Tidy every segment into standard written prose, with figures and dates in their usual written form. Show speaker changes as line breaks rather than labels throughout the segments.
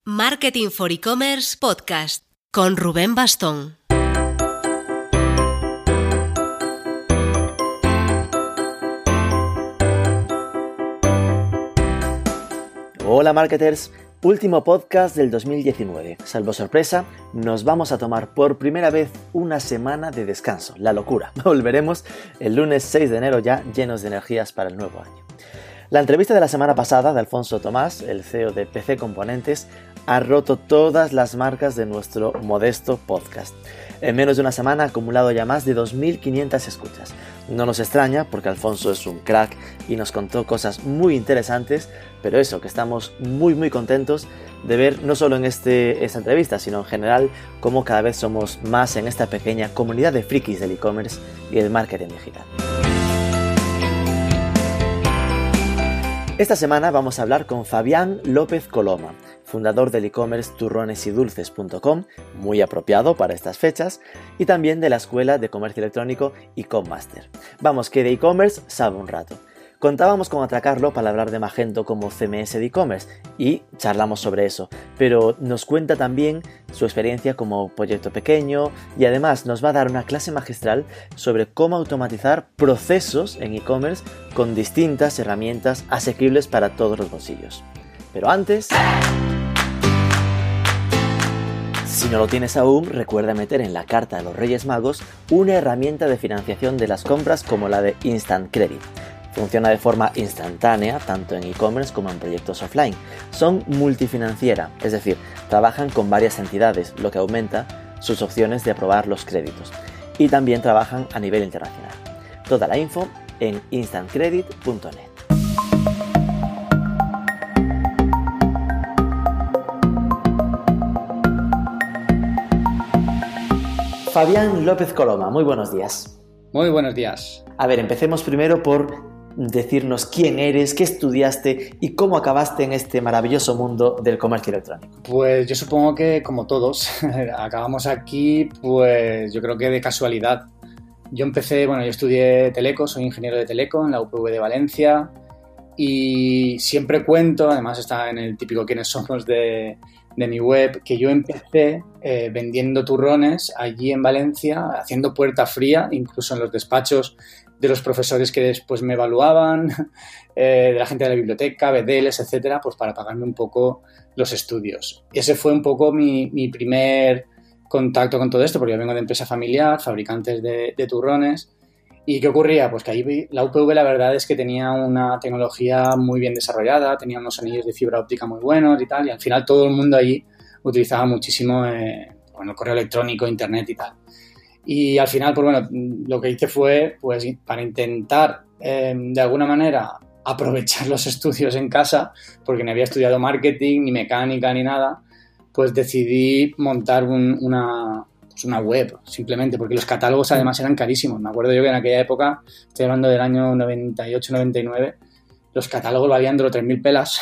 Marketing for E-Commerce Podcast con Rubén Bastón.
Hola marketers, último podcast del 2019. Salvo sorpresa, nos vamos a tomar por primera vez una semana de descanso. La locura. Volveremos el lunes 6 de enero ya llenos de energías para el nuevo año. La entrevista de la semana pasada de Alfonso Tomás, el CEO de PC Componentes, ha roto todas las marcas de nuestro modesto podcast. En menos de una semana ha acumulado ya más de 2.500 escuchas. No nos extraña porque Alfonso es un crack y nos contó cosas muy interesantes, pero eso, que estamos muy contentos de ver no solo en esta entrevista, sino en general cómo cada vez somos más en esta pequeña comunidad de frikis del e-commerce y el marketing digital. Esta semana vamos a hablar con Fabián López Coloma, fundador del e-commerce turronesidulces.com, muy apropiado para estas fechas, y también de la escuela de comercio electrónico e-com master. Vamos, que de e-commerce sabe un rato. Contábamos con atracarlo para hablar de Magento como CMS de e-commerce y charlamos sobre eso, pero nos cuenta también su experiencia como proyecto pequeño y además nos va a dar una clase magistral sobre cómo automatizar procesos en e-commerce con distintas herramientas asequibles para todos los bolsillos. Pero antes, si no lo tienes aún, recuerda meter en la carta de los Reyes Magos una herramienta de financiación de las compras como la de Instant Credit. Funciona de forma instantánea, tanto en e-commerce como en proyectos offline. Son multifinanciera, es decir, trabajan con varias entidades, lo que aumenta sus opciones de aprobar los créditos. Y también trabajan a nivel internacional. Toda la info en instantcredit.net. Fabián López Coloma, muy buenos días.
Muy buenos días.
A ver, empecemos primero por decirnos quién eres, qué estudiaste y cómo acabaste en este maravilloso mundo del comercio electrónico.
Pues yo supongo que, como todos, acabamos aquí, pues yo creo que de casualidad. Yo estudié Teleco, soy ingeniero de Teleco en la UPV de Valencia y siempre cuento, además está en el típico quiénes somos de mi web, que yo empecé vendiendo turrones allí en Valencia, haciendo puerta fría, incluso en los despachos de los profesores que después me evaluaban, de la gente de la biblioteca, BDLs, etcétera, pues para pagarme un poco los estudios. Ese fue un poco mi primer contacto con todo esto, porque yo vengo de empresa familiar, fabricantes de turrones. ¿Y qué ocurría? Pues que ahí la UPV la verdad es que tenía una tecnología muy bien desarrollada, tenía unos anillos de fibra óptica muy buenos y tal, y al final todo el mundo allí utilizaba muchísimo el correo electrónico, internet y tal. Y al final, lo que hice fue, pues para intentar de alguna manera aprovechar los estudios en casa, porque ni había estudiado marketing, ni mecánica, ni nada, pues decidí montar una web, simplemente, porque los catálogos además eran carísimos. Me acuerdo yo que en aquella época, estoy hablando del año 98-99, los catálogos valían de los 3.000 pelas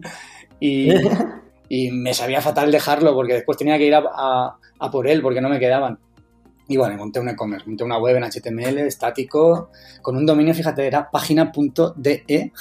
y me sabía fatal dejarlo porque después tenía que ir a por él porque no me quedaban. Y bueno, monté un e-commerce, monté una web en HTML estático con un dominio, fíjate, era página.de/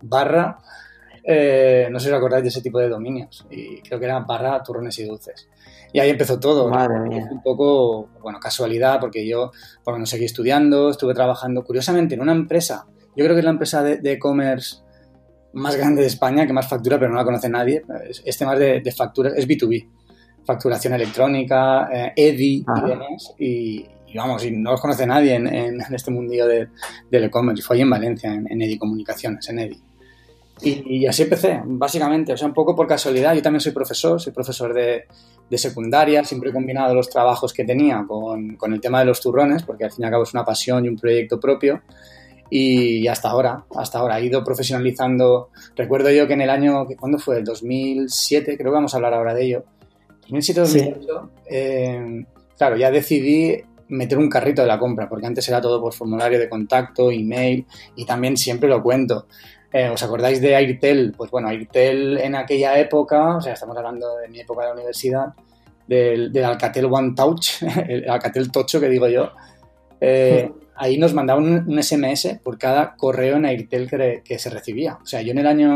no sé si os acordáis de ese tipo de dominios, y creo que era / turrones y dulces. Y ahí empezó todo.
Madre mía.
Un poco, casualidad, porque yo, no seguí estudiando, estuve trabajando, curiosamente, en una empresa, yo creo que es la empresa de e-commerce más grande de España, que más factura, pero no la conoce nadie. Este más de facturas, es B2B, facturación electrónica, EDI y demás, y no los conoce nadie en este mundillo del e-commerce. Fue ahí en Valencia, en EDI Comunicaciones, en EDI. Y así empecé, básicamente, un poco por casualidad. Yo también soy profesor de secundaria, siempre he combinado los trabajos que tenía con el tema de los turrones, porque al fin y al cabo es una pasión y un proyecto propio, y hasta ahora he ido profesionalizando. Recuerdo yo que en el año, ¿cuándo fue? El 2007, creo que vamos a hablar ahora de ello, 2007-2008, sí. Claro, ya decidí meter un carrito de la compra, porque antes era todo por formulario de contacto, email, y también siempre lo cuento. ¿Os acordáis de Airtel? Pues bueno, Airtel en aquella época, o sea, estamos hablando de mi época de la universidad, del Alcatel One Touch, el Alcatel Tocho que digo yo, ahí nos mandaban un SMS por cada correo en Airtel que se recibía. O sea, yo en el año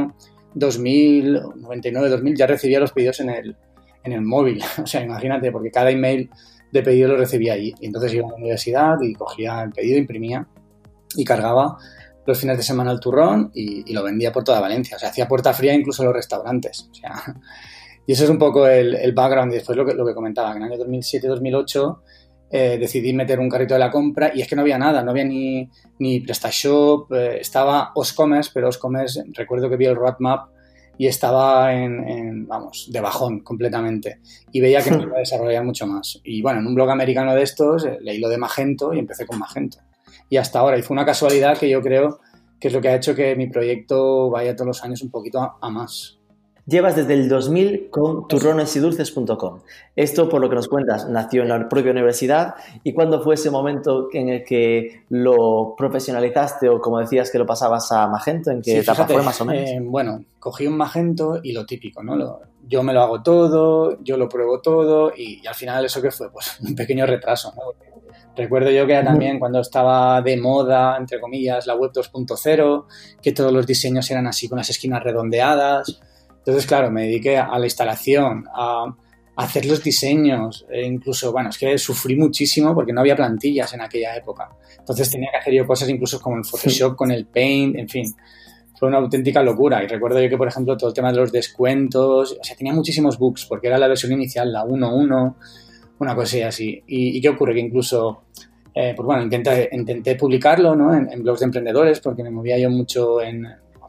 2000, 99, 2000 ya recibía los pedidos en el móvil. O sea, imagínate, porque cada email de pedido lo recibía allí. Y entonces iba a la universidad y cogía el pedido, imprimía y cargaba los fines de semana el turrón y lo vendía por toda Valencia. O sea, hacía puerta fría incluso en los restaurantes. O sea, y eso es un poco el background. Y después lo que comentaba, que en el año 2007-2008 decidí meter un carrito de la compra y es que no había nada, no había ni PrestaShop, estaba Oscommerce, pero Oscommerce, recuerdo que vi el roadmap y estaba de bajón completamente y veía que me iba a desarrollar mucho más. Y bueno, en un blog americano de estos leí lo de Magento y empecé con Magento. Y hasta ahora, y fue una casualidad que yo creo que es lo que ha hecho que mi proyecto vaya todos los años un poquito a más.
Llevas desde el 2000 con turronesyDulces.com. Esto, por lo que nos cuentas, nació en la propia universidad. ¿Y cuándo fue ese momento en el que lo profesionalizaste o, como decías, que lo pasabas a Magento? ¿En qué etapa fue, más o menos?
Bueno, cogí un Magento y lo típico, ¿no? Yo me lo hago todo, yo lo pruebo todo y al final ¿eso qué fue? Pues un pequeño retraso, ¿no? Recuerdo yo que era también cuando estaba de moda, entre comillas, la web 2.0, que todos los diseños eran así con las esquinas redondeadas. Entonces, claro, me dediqué a la instalación, a hacer los diseños, incluso, bueno, es que sufrí muchísimo porque no había plantillas en aquella época. Entonces tenía que hacer yo cosas incluso como el Photoshop, con el Paint, en fin. Fue una auténtica locura. Y recuerdo yo que, por ejemplo, todo el tema de los descuentos, o sea, tenía muchísimos bugs porque era la versión inicial, la 1.1, una cosa así. ¿Y qué ocurre? Que incluso, pues bueno, intenté publicarlo, ¿no? En blogs de emprendedores porque me movía yo mucho en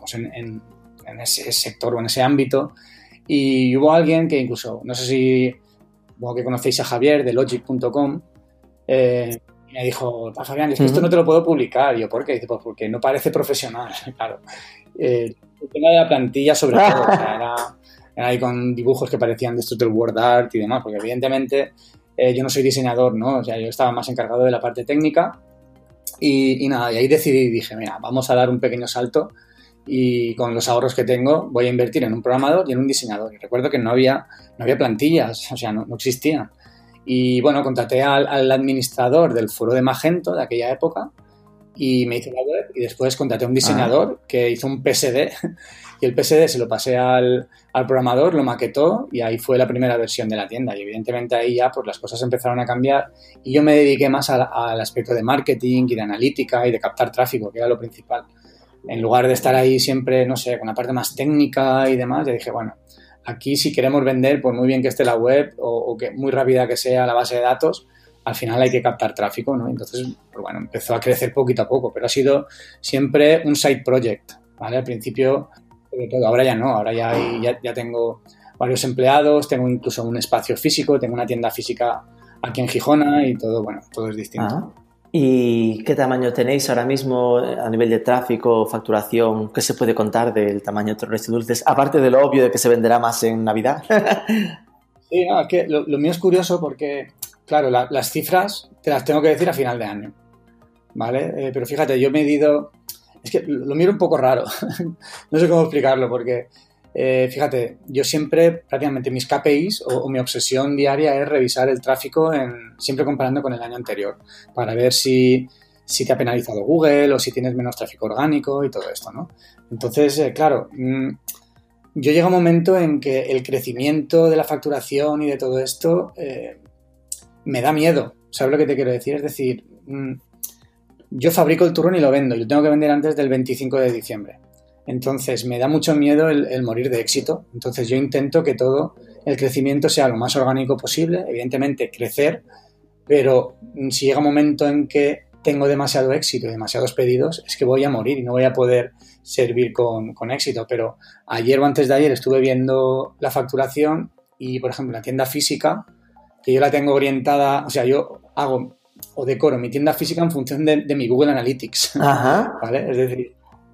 ese sector o en ese ámbito y hubo alguien que incluso, no sé si bueno, que conocéis a Javier de logic.com me dijo, Fabián, es que esto no te lo puedo publicar. Y yo, ¿por qué? Dice, pues porque no parece profesional. Claro, el tema de la plantilla sobre todo, o sea, era ahí con dibujos que parecían de estos del Word Art y demás, porque evidentemente yo no soy diseñador, ¿no? O sea, yo estaba más encargado de la parte técnica y nada, y ahí decidí, dije, mira, vamos a dar un pequeño salto y con los ahorros que tengo voy a invertir en un programador y en un diseñador. Y recuerdo que no había plantillas, o sea, no existían. Y bueno, contraté al administrador del foro de Magento de aquella época y me hizo la web y después contraté a un diseñador que hizo un PSD y el PSD se lo pasé al programador, lo maquetó y ahí fue la primera versión de la tienda. Y evidentemente ahí ya pues las cosas empezaron a cambiar y yo me dediqué más al aspecto de marketing y de analítica y de captar tráfico, que era lo principal. En lugar de estar ahí siempre, no sé, con la parte más técnica y demás, ya dije, bueno, aquí si queremos vender, por muy bien que esté la web o que muy rápida que sea la base de datos, al final hay que captar tráfico, ¿no? Entonces, pues bueno, empezó a crecer poquito a poco, pero ha sido siempre un side project, ¿vale? Al principio, sobre todo, ahora ya no, ahora ya tengo varios empleados, tengo incluso un espacio físico, tengo una tienda física aquí en Gijona y todo, bueno, todo es distinto.
¿Y qué tamaño tenéis ahora mismo a nivel de tráfico, facturación? ¿Qué se puede contar del tamaño de Turrones y Dulces? Aparte de lo obvio de que se venderá más en Navidad.
Sí, no, es que lo mío es curioso porque, claro, las cifras te las tengo que decir a final de año, ¿vale? Pero fíjate, yo he medido... Es que lo miro un poco raro. No sé cómo explicarlo porque... fíjate, yo siempre, prácticamente mis KPIs o mi obsesión diaria es revisar el tráfico siempre comparando con el año anterior para ver si te ha penalizado Google o si tienes menos tráfico orgánico y todo esto, ¿no? Entonces, claro, yo llega un momento en que el crecimiento de la facturación y de todo esto me da miedo, ¿sabes lo que te quiero decir? Es decir, yo fabrico el turrón y lo vendo y lo tengo que vender antes del 25 de diciembre. Entonces, me da mucho miedo el morir de éxito. Entonces, yo intento que todo el crecimiento sea lo más orgánico posible. Evidentemente, crecer, pero si llega un momento en que tengo demasiado éxito y demasiados pedidos, es que voy a morir y no voy a poder servir con éxito. Pero ayer o antes de ayer estuve viendo la facturación y, por ejemplo, la tienda física, que yo la tengo orientada, o sea, yo hago o decoro mi tienda física en función de mi Google Analytics.
Ajá.
¿Vale? Es decir,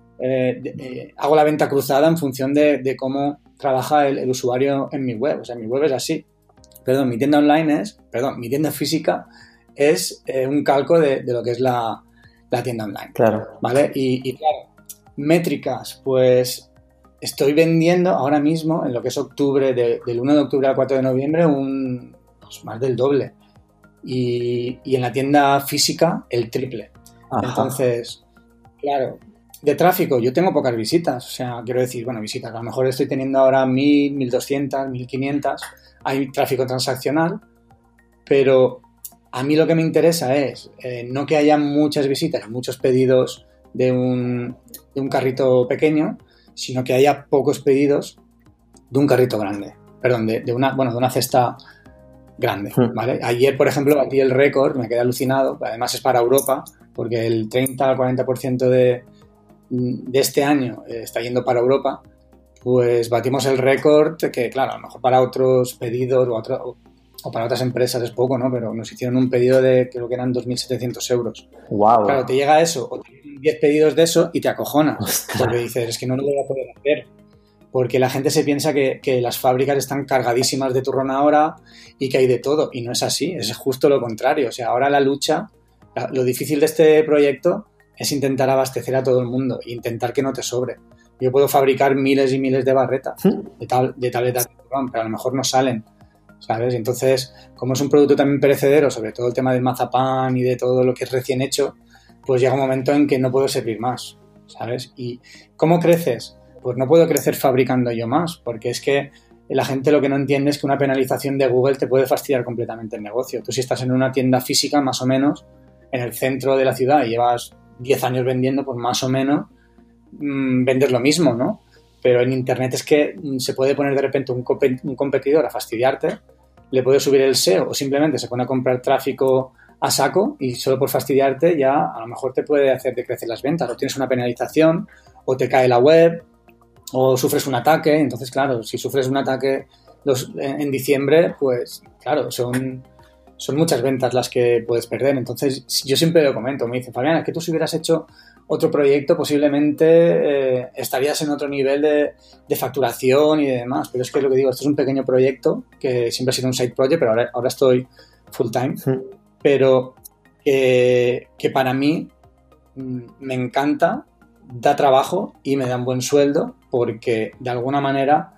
hago la venta cruzada en función de cómo trabaja el usuario en mi web. O sea, mi web es así. Mi tienda física es un calco de lo que es la tienda online.
Claro.
¿Vale? Y claro, métricas, pues estoy vendiendo ahora mismo, en lo que es octubre, del 1 de octubre al 4 de noviembre, pues más del doble. Y en la tienda física, el triple.
Ajá.
Entonces, claro, De tráfico, yo tengo pocas visitas, o sea, quiero decir, bueno, visitas, a lo mejor estoy teniendo ahora 1.000, 1.200, 1.500, hay tráfico transaccional, pero a mí lo que me interesa es no que haya muchas visitas, muchos pedidos de un carrito pequeño, sino que haya pocos pedidos de un carrito grande, perdón, de una cesta grande, ¿vale? Ayer, por ejemplo, batí el récord, me quedé alucinado, además es para Europa, porque el 30 al 40% de este año está yendo para Europa, pues batimos el récord que, claro, a lo mejor para otros pedidos o para otras empresas es poco, ¿no? Pero nos hicieron un pedido de, creo que eran 2.700 euros.
Wow.
Claro, te llega eso, o te llegan 10 pedidos de eso y te acojonas. Ostras. Porque dices, es que no lo voy a poder hacer. Porque la gente se piensa que las fábricas están cargadísimas de turrón ahora y que hay de todo. Y no es así, es justo lo contrario. O sea, ahora la lucha, lo difícil de este proyecto es intentar abastecer a todo el mundo e intentar que no te sobre. Yo puedo fabricar miles y miles de barretas de tabletas de turrón, pero a lo mejor no salen, ¿sabes? Entonces, como es un producto también perecedero, sobre todo el tema del mazapán y de todo lo que es recién hecho, pues llega un momento en que no puedo servir más, ¿sabes? ¿Y cómo creces? Pues no puedo crecer fabricando yo más, porque es que la gente lo que no entiende es que una penalización de Google te puede fastidiar completamente el negocio. Tú si estás en una tienda física, más o menos, en el centro de la ciudad y llevas 10 años vendiendo, pues más o menos vendes lo mismo, ¿no? Pero en Internet es que se puede poner de repente un competidor a fastidiarte, le puede subir el SEO o simplemente se pone a comprar tráfico a saco y solo por fastidiarte ya a lo mejor te puede hacer decrecer las ventas, o tienes una penalización, o te cae la web, o sufres un ataque. Entonces, claro, si sufres un ataque en diciembre, pues claro, son muchas ventas las que puedes perder. Entonces, yo siempre lo comento, me dicen, Fabián, es que tú si hubieras hecho otro proyecto posiblemente estarías en otro nivel de facturación y demás, pero es que lo que digo, esto es un pequeño proyecto que siempre ha sido un side project, pero ahora estoy full time, pero que para mí me encanta, da trabajo y me da un buen sueldo porque de alguna manera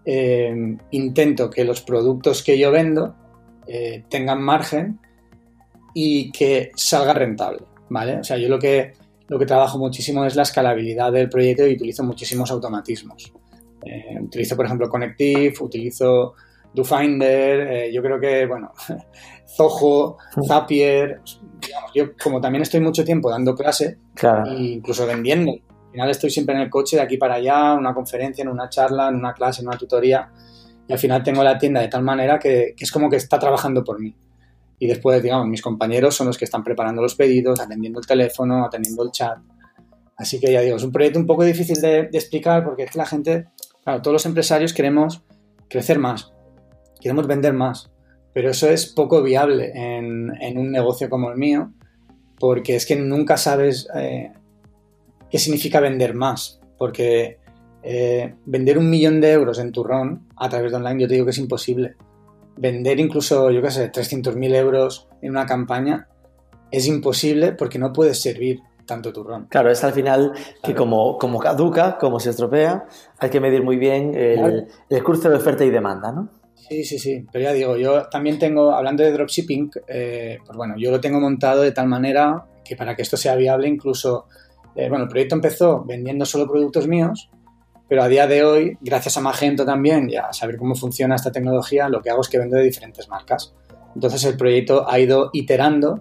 intento que los productos que yo vendo tengan margen y que salga rentable, ¿vale? O sea, yo lo que trabajo muchísimo es la escalabilidad del proyecto y utilizo muchísimos automatismos. Utilizo, por ejemplo, Connective, utilizo DoFinder, yo creo que, bueno, Zoho, Zapier, digamos, yo como también estoy mucho tiempo dando clase, claro, e incluso vendiendo, al final estoy siempre en el coche de aquí para allá, en una conferencia, en una charla, en una clase, en una tutoría, y al final tengo la tienda de tal manera que es como que está trabajando por mí. Y después, digamos, mis compañeros son los que están preparando los pedidos, atendiendo el teléfono, atendiendo el chat. Así que ya digo, es un proyecto un poco difícil de explicar porque es que la gente, claro, todos los empresarios queremos crecer más, queremos vender más, pero eso es poco viable en un negocio como el mío porque es que nunca sabes qué significa vender más, porque vender 1 millón de euros en turrón a través de online yo te digo que es imposible. Vender incluso, yo qué sé, 300.000 euros en una campaña es imposible porque no puedes servir tanto turrón.
Claro, es al final que como caduca, como se estropea, hay que medir muy bien el cruce de oferta y demanda, ¿no?
Sí, pero ya digo, yo también tengo, hablando de dropshipping, pues bueno, yo lo tengo montado de tal manera que para que esto sea viable incluso, bueno, el proyecto empezó vendiendo solo productos míos, pero a día de hoy, gracias a Magento también y a saber cómo funciona esta tecnología, lo que hago es que vendo de diferentes marcas. Entonces el proyecto ha ido iterando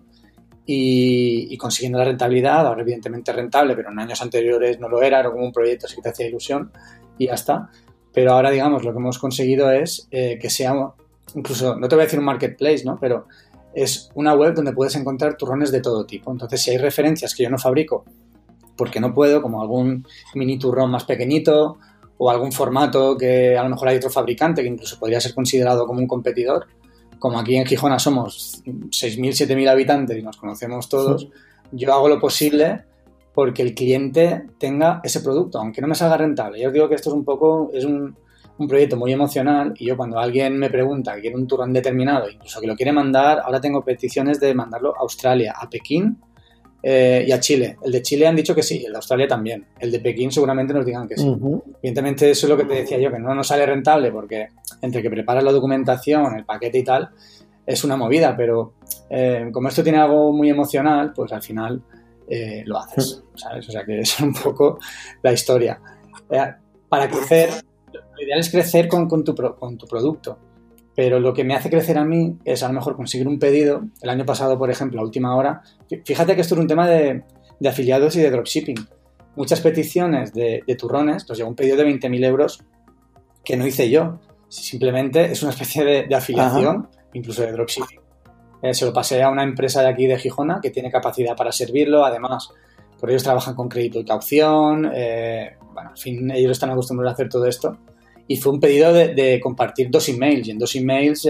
y consiguiendo la rentabilidad. Ahora evidentemente es rentable, pero en años anteriores no lo era como un proyecto, sí que te hacía ilusión y ya está. Pero ahora, digamos, lo que hemos conseguido es que sea, incluso, no te voy a decir un marketplace, ¿no? Pero es una web donde puedes encontrar turrones de todo tipo. Entonces, si hay referencias que yo no fabrico porque no puedo, como algún mini turrón más pequeñito o algún formato que a lo mejor hay otro fabricante que incluso podría ser considerado como un competidor, como aquí en Gijona somos 6.000, 7.000 habitantes y nos conocemos todos, yo hago lo posible porque el cliente tenga ese producto, aunque no me salga rentable. Yo os digo que esto es un proyecto muy emocional y yo cuando alguien me pregunta que quiere un turrón determinado, incluso que lo quiere mandar, ahora tengo peticiones de mandarlo a Australia, a Pekín y a Chile. El de Chile han dicho que sí, el de Australia también. El de Pekín seguramente nos digan que sí. Evidentemente eso es lo que te decía yo, que no nos sale rentable porque entre que preparas la documentación, el paquete y tal, es una movida, pero como esto tiene algo muy emocional, pues al final lo haces, ¿sabes? O sea que es un poco la historia. Para crecer, lo ideal es crecer con tu producto, pero lo que me hace crecer a mí es a lo mejor conseguir un pedido. El año pasado, por ejemplo, a última hora, fíjate que esto es un tema de afiliados y de dropshipping. Muchas peticiones de turrones, pues llegó un pedido de 20.000 euros que no hice yo. Simplemente es una especie de afiliación, incluso de dropshipping. Se lo pasé a una empresa de aquí de Gijona que tiene capacidad para servirlo. Además, por ellos trabajan con crédito y caución. Bueno, al fin, ellos están acostumbrados a hacer todo esto. Y fue un pedido de compartir 2 emails. Y en 2 emails,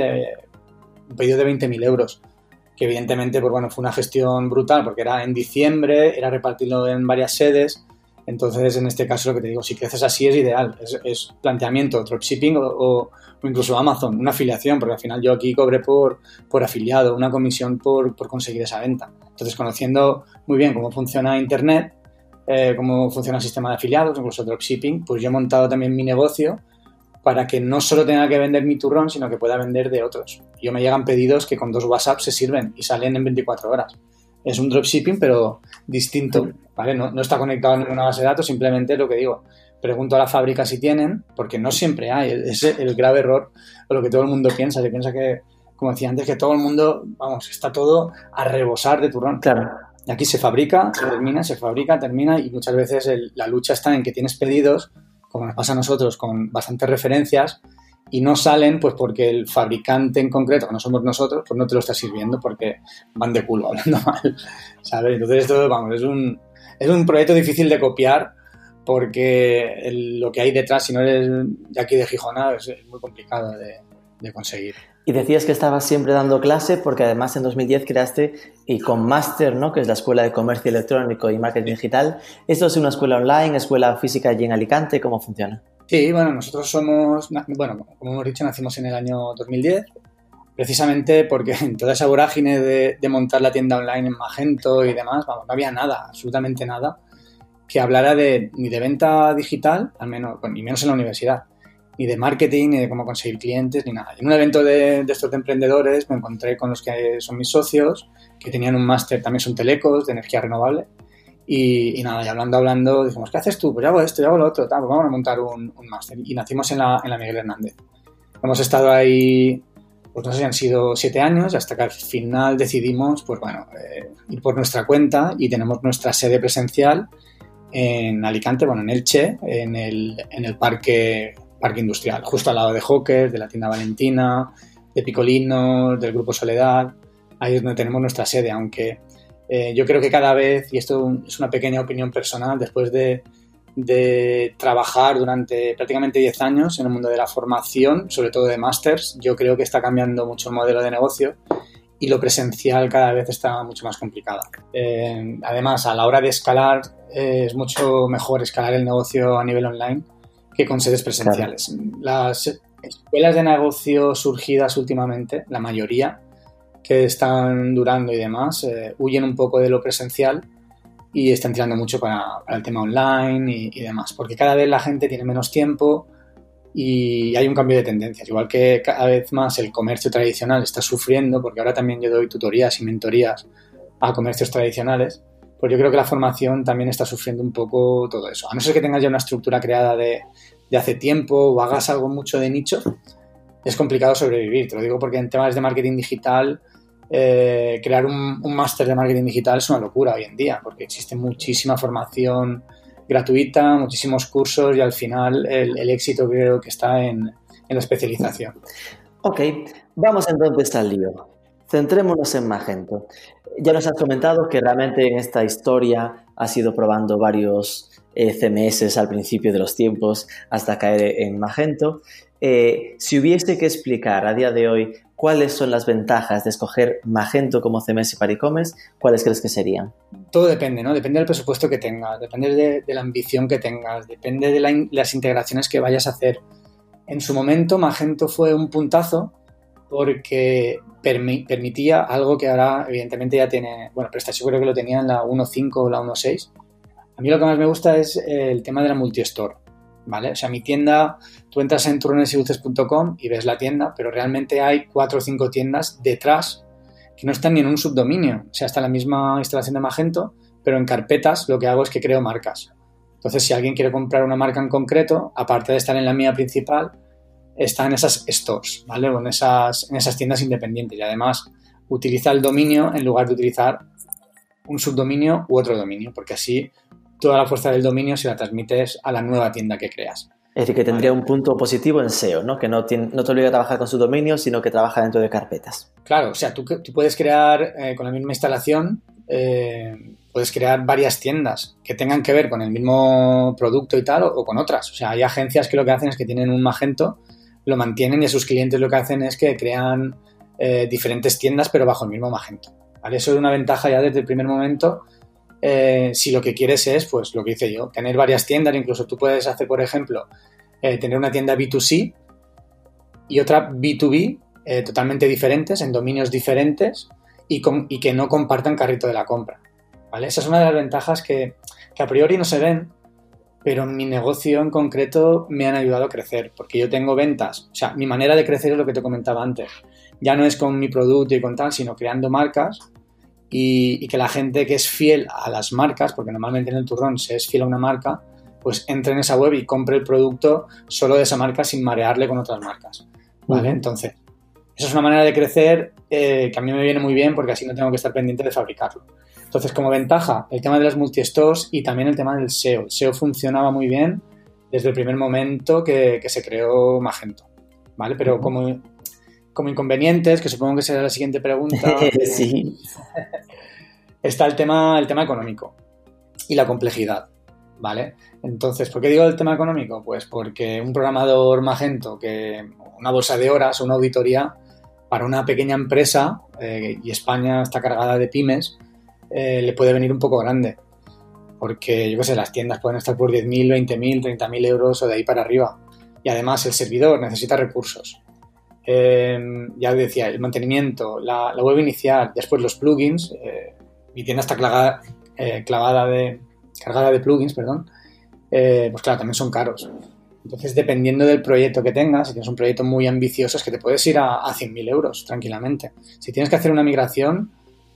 un pedido de 20.000 euros. Que evidentemente, pues bueno, fue una gestión brutal porque era en diciembre, era repartirlo en varias sedes. Entonces, en este caso, lo que te digo, si creces así es ideal. Es planteamiento, dropshipping o incluso Amazon, una afiliación, porque al final yo aquí cobré por afiliado, una comisión por conseguir esa venta. Entonces, conociendo muy bien cómo funciona Internet, cómo funciona el sistema de afiliados, incluso dropshipping, pues yo he montado también mi negocio para que no solo tenga que vender mi turrón, sino que pueda vender de otros. Yo me llegan pedidos que con 2 WhatsApp se sirven y salen en 24 horas. Es un dropshipping, pero distinto, ¿vale? No está conectado a ninguna base de datos, simplemente lo que digo, pregunto a la fábrica si tienen, porque no siempre hay. Es el grave error, o lo que todo el mundo piensa. Se piensa que, como decía antes, que todo el mundo, vamos, está todo a rebosar de turrón.
Claro.
Y aquí se fabrica, se fabrica, termina, y muchas veces la lucha está en que tienes pedidos, como nos pasa a nosotros, con bastantes referencias, y no salen pues porque el fabricante en concreto, que no somos nosotros, pues no te lo está sirviendo porque van de culo hablando mal, ¿sabes? Entonces esto, vamos, es un proyecto difícil de copiar porque lo que hay detrás, si no eres de aquí de Gijona, es muy complicado de conseguir.
Y decías que estabas siempre dando clase porque además en 2010 creaste Ecommaster, ¿no? Que es la Escuela de Comercio Electrónico y Marketing Digital. ¿Esto es una escuela online, escuela física allí en Alicante? ¿Cómo funciona?
Sí, bueno, nosotros como hemos dicho, nacimos en el año 2010, precisamente porque en toda esa vorágine de montar la tienda online en Magento y demás, vamos, no había nada, absolutamente nada, que hablara ni de venta digital, al menos, bueno, ni menos en la universidad, ni de marketing, ni de cómo conseguir clientes, ni nada. En un evento de estos de emprendedores me encontré con los que son mis socios, que tenían un máster, también son telecos, de energía renovable, y nada, y hablando, dijimos, ¿qué haces tú? Pues yo hago esto, yo hago lo otro, tal, pues vamos a montar un máster. Y nacimos en la Miguel Hernández. Hemos estado ahí, pues no sé si han sido 7 años, hasta que al final decidimos, pues bueno, ir por nuestra cuenta, y tenemos nuestra sede presencial en Alicante, bueno, en Elche, en el parque industrial, justo al lado de Hawkers, de la tienda Valentina, de Picolinos, del Grupo Soledad. Ahí es donde tenemos nuestra sede, aunque yo creo que cada vez, y esto es una pequeña opinión personal, después de trabajar durante prácticamente 10 años en el mundo de la formación, sobre todo de másters, yo creo que está cambiando mucho el modelo de negocio y lo presencial cada vez está mucho más complicado. Además, a la hora de escalar, es mucho mejor escalar el negocio a nivel online que con sedes presenciales. Claro. Las escuelas de negocio surgidas últimamente, la mayoría, que están durando y demás, huyen un poco de lo presencial y están tirando mucho para el tema online y demás, porque cada vez la gente tiene menos tiempo y hay un cambio de tendencias, igual que cada vez más el comercio tradicional está sufriendo, porque ahora también yo doy tutorías y mentorías a comercios tradicionales, pues yo creo que la formación también está sufriendo un poco todo eso, a no ser que tengas ya una estructura creada de hace tiempo o hagas algo mucho de nicho, es complicado sobrevivir. Te lo digo porque en temas de marketing digital, crear un máster de marketing digital es una locura hoy en día, porque existe muchísima formación gratuita, muchísimos cursos, y al final el éxito creo que está en la especialización.
Ok, vamos entonces al lío. Centrémonos en Magento. Ya nos has comentado que realmente en esta historia has ido probando varios CMS al principio de los tiempos hasta caer en Magento. Si hubiese que explicar a día de hoy cuáles son las ventajas de escoger Magento como CMS para e-commerce, ¿cuáles crees que serían?
Todo depende, ¿no? Depende del presupuesto que tengas, depende de la ambición que tengas, depende de las integraciones que vayas a hacer. En su momento, Magento fue un puntazo porque permitía algo que ahora evidentemente ya tiene, bueno, PrestaShop creo que lo tenía en la 1.5 o la 1.6. A mí lo que más me gusta es el tema de la multi-store, ¿vale? O sea, mi tienda, tú entras en turronesyluces.com y ves la tienda, pero realmente hay 4 o 5 tiendas detrás que no están ni en un subdominio. O sea, está la misma instalación de Magento, pero en carpetas lo que hago es que creo marcas. Entonces, si alguien quiere comprar una marca en concreto, aparte de estar en la mía principal, está en esas stores, ¿vale? O en esas tiendas independientes. Y además utiliza el dominio en lugar de utilizar un subdominio u otro dominio, porque así toda la fuerza del dominio se la transmites a la nueva tienda que creas.
Es decir, que tendría un punto positivo en SEO, ¿no? Que no te obliga a trabajar con subdominios, sino que trabaja dentro de carpetas.
Claro, o sea, tú puedes crear con la misma instalación, puedes crear varias tiendas que tengan que ver con el mismo producto y tal, o con otras. O sea, hay agencias que lo que hacen es que tienen un Magento, lo mantienen y a sus clientes lo que hacen es que crean diferentes tiendas, pero bajo el mismo Magento, ¿vale? Eso es una ventaja ya desde el primer momento. Si lo que quieres es, pues lo que hice yo, tener varias tiendas. Incluso tú puedes hacer, por ejemplo, tener una tienda B2C y otra B2B, totalmente diferentes, en dominios diferentes y que no compartan carrito de la compra, ¿vale? Esa es una de las ventajas que a priori no se ven, pero en mi negocio en concreto me han ayudado a crecer, porque yo tengo ventas. O sea, mi manera de crecer es lo que te comentaba antes. Ya no es con mi producto y con tal, sino creando marcas y que la gente que es fiel a las marcas, porque normalmente en el turrón se es fiel a una marca, pues entre en esa web y compre el producto solo de esa marca sin marearle con otras marcas, ¿vale? Entonces, eso es una manera de crecer que a mí me viene muy bien, porque así no tengo que estar pendiente de fabricarlo. Entonces, como ventaja, el tema de las multi-stores y también el tema del SEO. El SEO funcionaba muy bien desde el primer momento que se creó Magento, ¿vale? Pero como inconvenientes, que supongo que será la siguiente pregunta,
sí.
está el tema económico y la complejidad, ¿vale? Entonces, ¿por qué digo el tema económico? Pues porque un programador Magento, una bolsa de horas o una auditoría para una pequeña empresa, y España está cargada de pymes, le puede venir un poco grande, porque yo qué sé, las tiendas pueden estar por 10.000, 20.000, 30.000 euros o de ahí para arriba, y además el servidor necesita recursos. Ya decía, el mantenimiento, la web inicial, después los plugins. Mi tienda está cargada de plugins, perdón. Pues claro, también son caros. Entonces, dependiendo del proyecto que tengas, si tienes un proyecto muy ambicioso, es que te puedes ir a 100.000 euros tranquilamente. Si tienes que hacer una migración,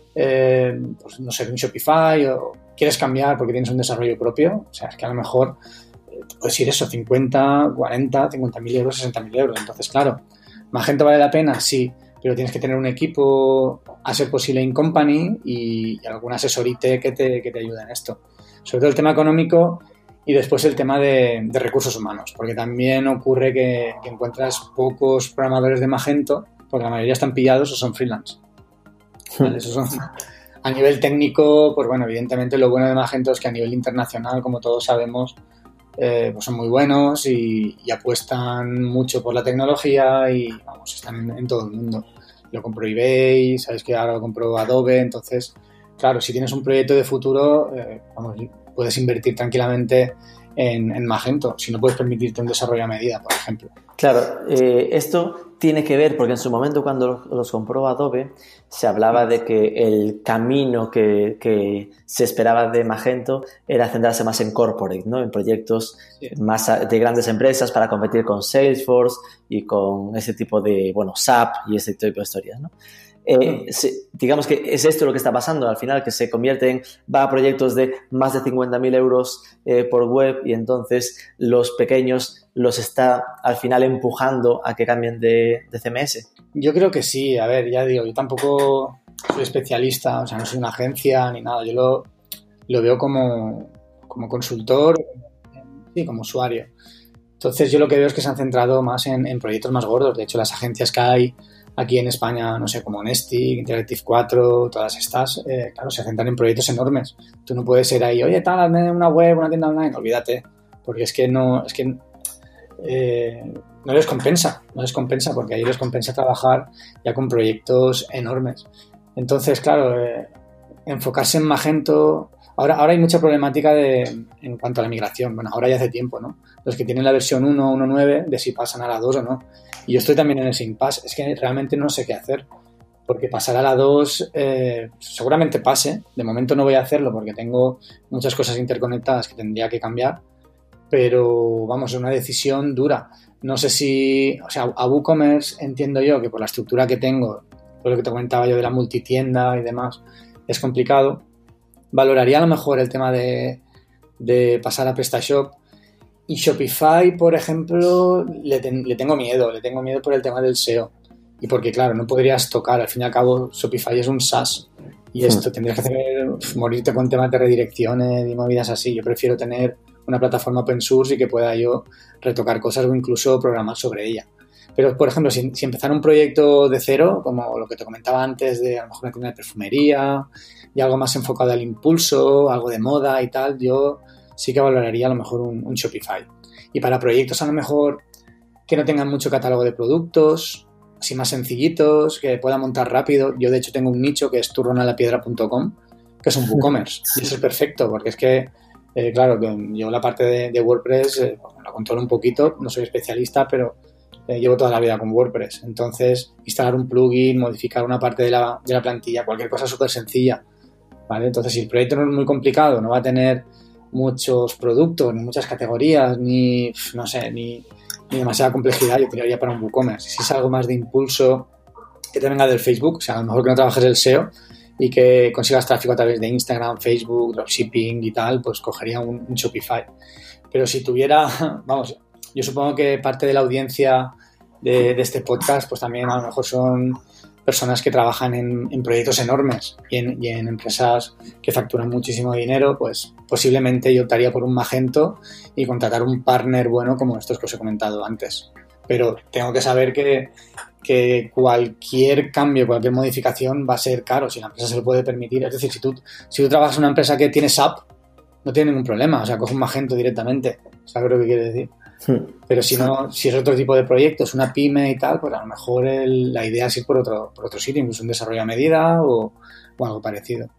pues no sé, de un Shopify, o quieres cambiar porque tienes un desarrollo propio, o sea, es que a lo mejor te puedes ir eso, 50, 40, 50.000 euros, 60.000 euros. Entonces, claro, ¿Magento vale la pena? Sí, pero tienes que tener un equipo, a ser posible in company, y algún asesorite que te ayude en esto. Sobre todo el tema económico y después el tema de recursos humanos, porque también ocurre que encuentras pocos programadores de Magento, porque la mayoría están pillados o son freelance. ¿Vale? Eso son, a nivel técnico, pues bueno, evidentemente lo bueno de Magento es que a nivel internacional, como todos sabemos, pues son muy buenos y apuestan mucho por la tecnología y vamos, están en todo el mundo. Lo compró eBay, sabes que ahora lo compró Adobe, entonces, claro, si tienes un proyecto de futuro, vamos, puedes invertir tranquilamente en Magento, si no puedes permitirte un desarrollo a medida, por ejemplo.
Claro, esto tiene que ver porque en su momento cuando los compró Adobe se hablaba de que el camino que se esperaba de Magento era centrarse más en corporate, ¿no? En proyectos más de grandes empresas para competir con Salesforce y con ese tipo de, bueno, SAP y ese tipo de historias, ¿no? Digamos que es esto lo que está pasando al final, que se va a proyectos de más de 50.000 euros por web, y entonces los pequeños los está al final empujando a que cambien de CMS.
Yo creo que sí. A ver, ya digo, yo tampoco soy especialista, o sea, no soy una agencia ni nada. Yo lo veo como consultor y como usuario. Entonces yo lo que veo es que se han centrado más en proyectos más gordos. De hecho, las agencias que hay aquí en España, no sé, como Nestic, Interactive 4, todas estas, claro, se centran en proyectos enormes. Tú no puedes ir ahí, oye, tal, hazme una web, una tienda online, olvídate, porque no les compensa, porque ahí les compensa trabajar ya con proyectos enormes. Entonces, claro, enfocarse en Magento. Ahora hay mucha problemática en cuanto a la migración. Bueno, ahora ya hace tiempo, ¿no? Los que tienen la versión 1 o 1.9 de si pasan a la 2 o no. Y yo estoy también en ese impasse. Es que realmente no sé qué hacer. Porque pasar a la 2 seguramente pase. De momento no voy a hacerlo porque tengo muchas cosas interconectadas que tendría que cambiar. Pero, vamos, es una decisión dura. No sé si... O sea, a WooCommerce entiendo yo que por la estructura que tengo, por lo que te comentaba yo de la multitienda y demás, es complicado, valoraría a lo mejor el tema de pasar a PrestaShop. Y Shopify, por ejemplo, le tengo miedo por el tema del SEO. Y porque, claro, no podrías tocar, al fin y al cabo, Shopify es un SaaS. Y esto tendrías que morirte con temas de redirecciones y movidas así. Yo prefiero tener una plataforma open source y que pueda yo retocar cosas o incluso programar sobre ella. Pero, por ejemplo, si empezara un proyecto de cero, como lo que te comentaba antes de a lo mejor una tienda de perfumería y algo más enfocado al impulso, algo de moda y tal, yo sí que valoraría a lo mejor un Shopify. Y para proyectos a lo mejor que no tengan mucho catálogo de productos, así más sencillitos, que pueda montar rápido. Yo, de hecho, tengo un nicho que es turronalapiedra.com, que es un WooCommerce. Y eso es perfecto, porque es que, claro, que yo la parte de WordPress la controlo un poquito, no soy especialista, pero llevo toda la vida con WordPress. Entonces, instalar un plugin, modificar una parte de la plantilla, cualquier cosa súper sencilla, ¿vale? Entonces, si el proyecto no es muy complicado, no va a tener muchos productos, ni muchas categorías, ni demasiada complejidad, yo tiraría para un WooCommerce. Si es algo más de impulso, que te venga del Facebook, o sea, a lo mejor que no trabajes el SEO y que consigas tráfico a través de Instagram, Facebook, dropshipping y tal, pues cogería un Shopify. Pero si tuviera, vamos, yo supongo que parte de la audiencia de este podcast, pues también a lo mejor son personas que trabajan en proyectos enormes y en empresas que facturan muchísimo dinero, pues posiblemente yo optaría por un Magento y contratar un partner bueno como estos que os he comentado antes. Pero tengo que saber que cualquier cambio, cualquier modificación va a ser caro si la empresa se lo puede permitir. Es decir, si tú trabajas en una empresa que tiene SAP, no tiene ningún problema, o sea, coge un Magento directamente, ¿sabes lo que quiere decir? Pero si es otro tipo de proyectos, una pyme y tal, pues a lo mejor la idea es ir por otro sitio, incluso un desarrollo a medida o algo parecido.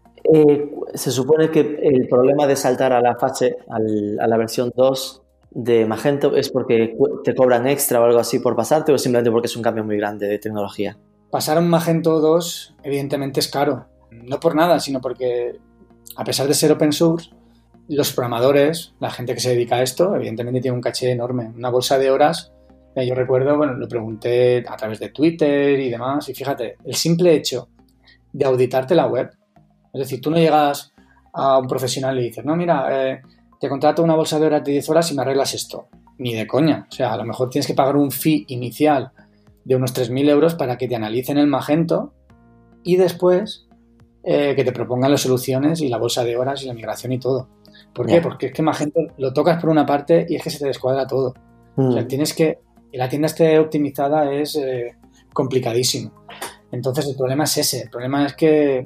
Se supone que el problema de saltar a la fase, a la versión 2 de Magento es porque te cobran extra o algo así por pasarte, o simplemente porque es un cambio muy grande de tecnología.
Pasar a un Magento 2 evidentemente es caro, no por nada, sino porque a pesar de ser open source, los programadores, la gente que se dedica a esto, evidentemente tiene un caché enorme. Una bolsa de horas, yo recuerdo, bueno, lo pregunté a través de Twitter y demás, y fíjate, el simple hecho de auditarte la web, es decir, tú no llegas a un profesional y dices, no, mira, te contrato una bolsa de horas de 10 horas y me arreglas esto. Ni de coña. O sea, a lo mejor tienes que pagar un fee inicial de unos 3.000 euros para que te analicen el Magento y después que te propongan las soluciones y la bolsa de horas y la migración y todo. ¿Por qué? Porque es que Magento lo tocas por una parte y es que se te descuadra todo. O sea, tienes que la tienda esté optimizada es complicadísimo. Entonces el problema es ese. El problema es que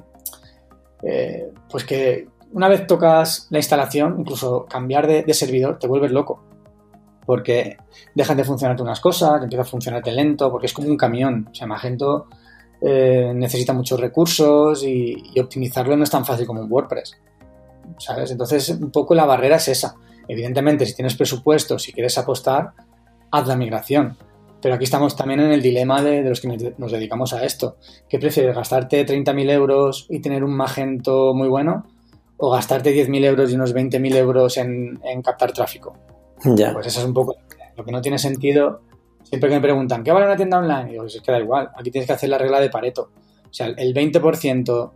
pues que una vez tocas la instalación, incluso cambiar de servidor, te vuelves loco. Porque dejan de funcionarte unas cosas, empieza a funcionarte lento, porque es como un camión. O sea, Magento necesita muchos recursos y optimizarlo no es tan fácil como un WordPress, ¿sabes? Entonces, un poco la barrera es esa. Evidentemente, si tienes presupuesto, si quieres apostar, haz la migración. Pero aquí estamos también en el dilema de los que nos dedicamos a esto. ¿Qué prefieres, gastarte 30.000 euros y tener un Magento muy bueno? ¿O gastarte 10.000 euros y unos 20.000 euros en captar tráfico?
Ya.
Pues eso es un poco lo que no tiene sentido. Siempre que me preguntan, ¿qué vale una tienda online? Y digo, pues es que da igual. Aquí tienes que hacer la regla de Pareto. O sea, el 20%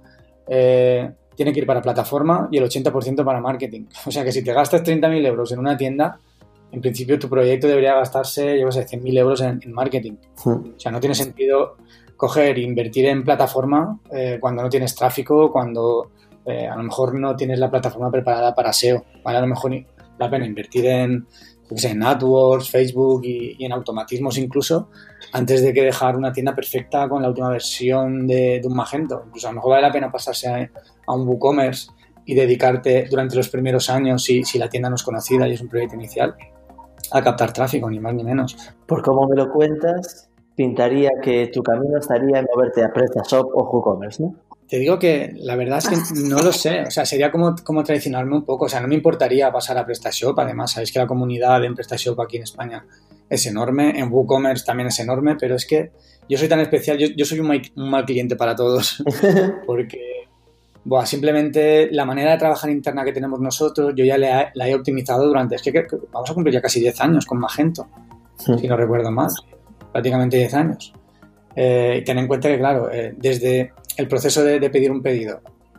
tiene que ir para plataforma y el 80% para marketing. O sea, que si te gastas 30.000 euros en una tienda, en principio tu proyecto debería gastarse, yo qué sé, 100.000 euros en marketing. O sea, no tiene sentido coger e invertir en plataforma cuando no tienes tráfico, cuando a lo mejor no tienes la plataforma preparada para SEO. ¿Vale? A lo mejor la pena invertir en AdWords, Facebook y en automatismos incluso, antes de que dejar una tienda perfecta con la última versión de un Magento. Incluso a lo mejor vale la pena pasarse a un WooCommerce y dedicarte durante los primeros años, si la tienda no es conocida y es un proyecto inicial, a captar tráfico, ni más ni menos.
Por cómo me lo cuentas, pintaría que tu camino estaría en moverte a PrestaShop o WooCommerce, ¿no?
Te digo que la verdad es que no lo sé, o sea, sería como traicionarme un poco, o sea, no me importaría pasar a PrestaShop, además, sabéis que la comunidad en PrestaShop aquí en España es enorme, en WooCommerce también es enorme, pero es que yo soy tan especial, yo soy un mal cliente para todos, porque simplemente la manera de trabajar interna que tenemos nosotros, yo ya la he optimizado durante, es que vamos a cumplir ya casi 10 años con Magento, si no recuerdo mal, prácticamente 10 años. Ten en cuenta que, claro, desde el proceso de pedir un pedido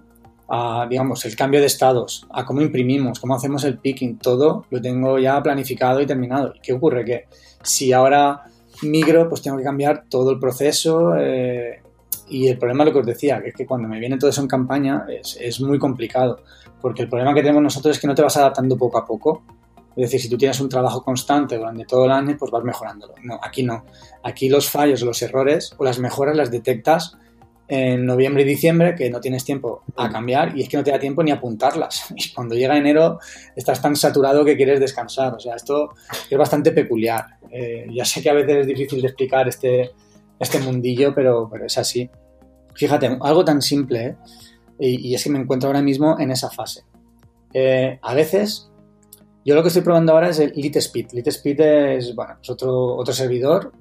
digamos, el cambio de estados, a cómo imprimimos, cómo hacemos el picking, todo lo tengo ya planificado y terminado. ¿Y qué ocurre? Que si ahora migro, pues tengo que cambiar todo el proceso y el problema, lo que os decía, que es que cuando me viene todo eso en campaña es muy complicado, porque el problema que tenemos nosotros es que no te vas adaptando poco a poco. Es decir, si tú tienes un trabajo constante durante todo el año, pues vas mejorándolo. No, aquí no. Aquí los fallos, los errores o las mejoras las detectas en noviembre y diciembre, que no tienes tiempo a cambiar y es que no te da tiempo ni a apuntarlas. Y cuando llega enero estás tan saturado que quieres descansar. O sea, esto es bastante peculiar. Ya sé que a veces es difícil de explicar este mundillo, pero es así. Fíjate, algo tan simple, y es que me encuentro ahora mismo en esa fase. A veces, yo lo que estoy probando ahora es el LeetSpeed. LeetSpeed es, bueno, es otro servidor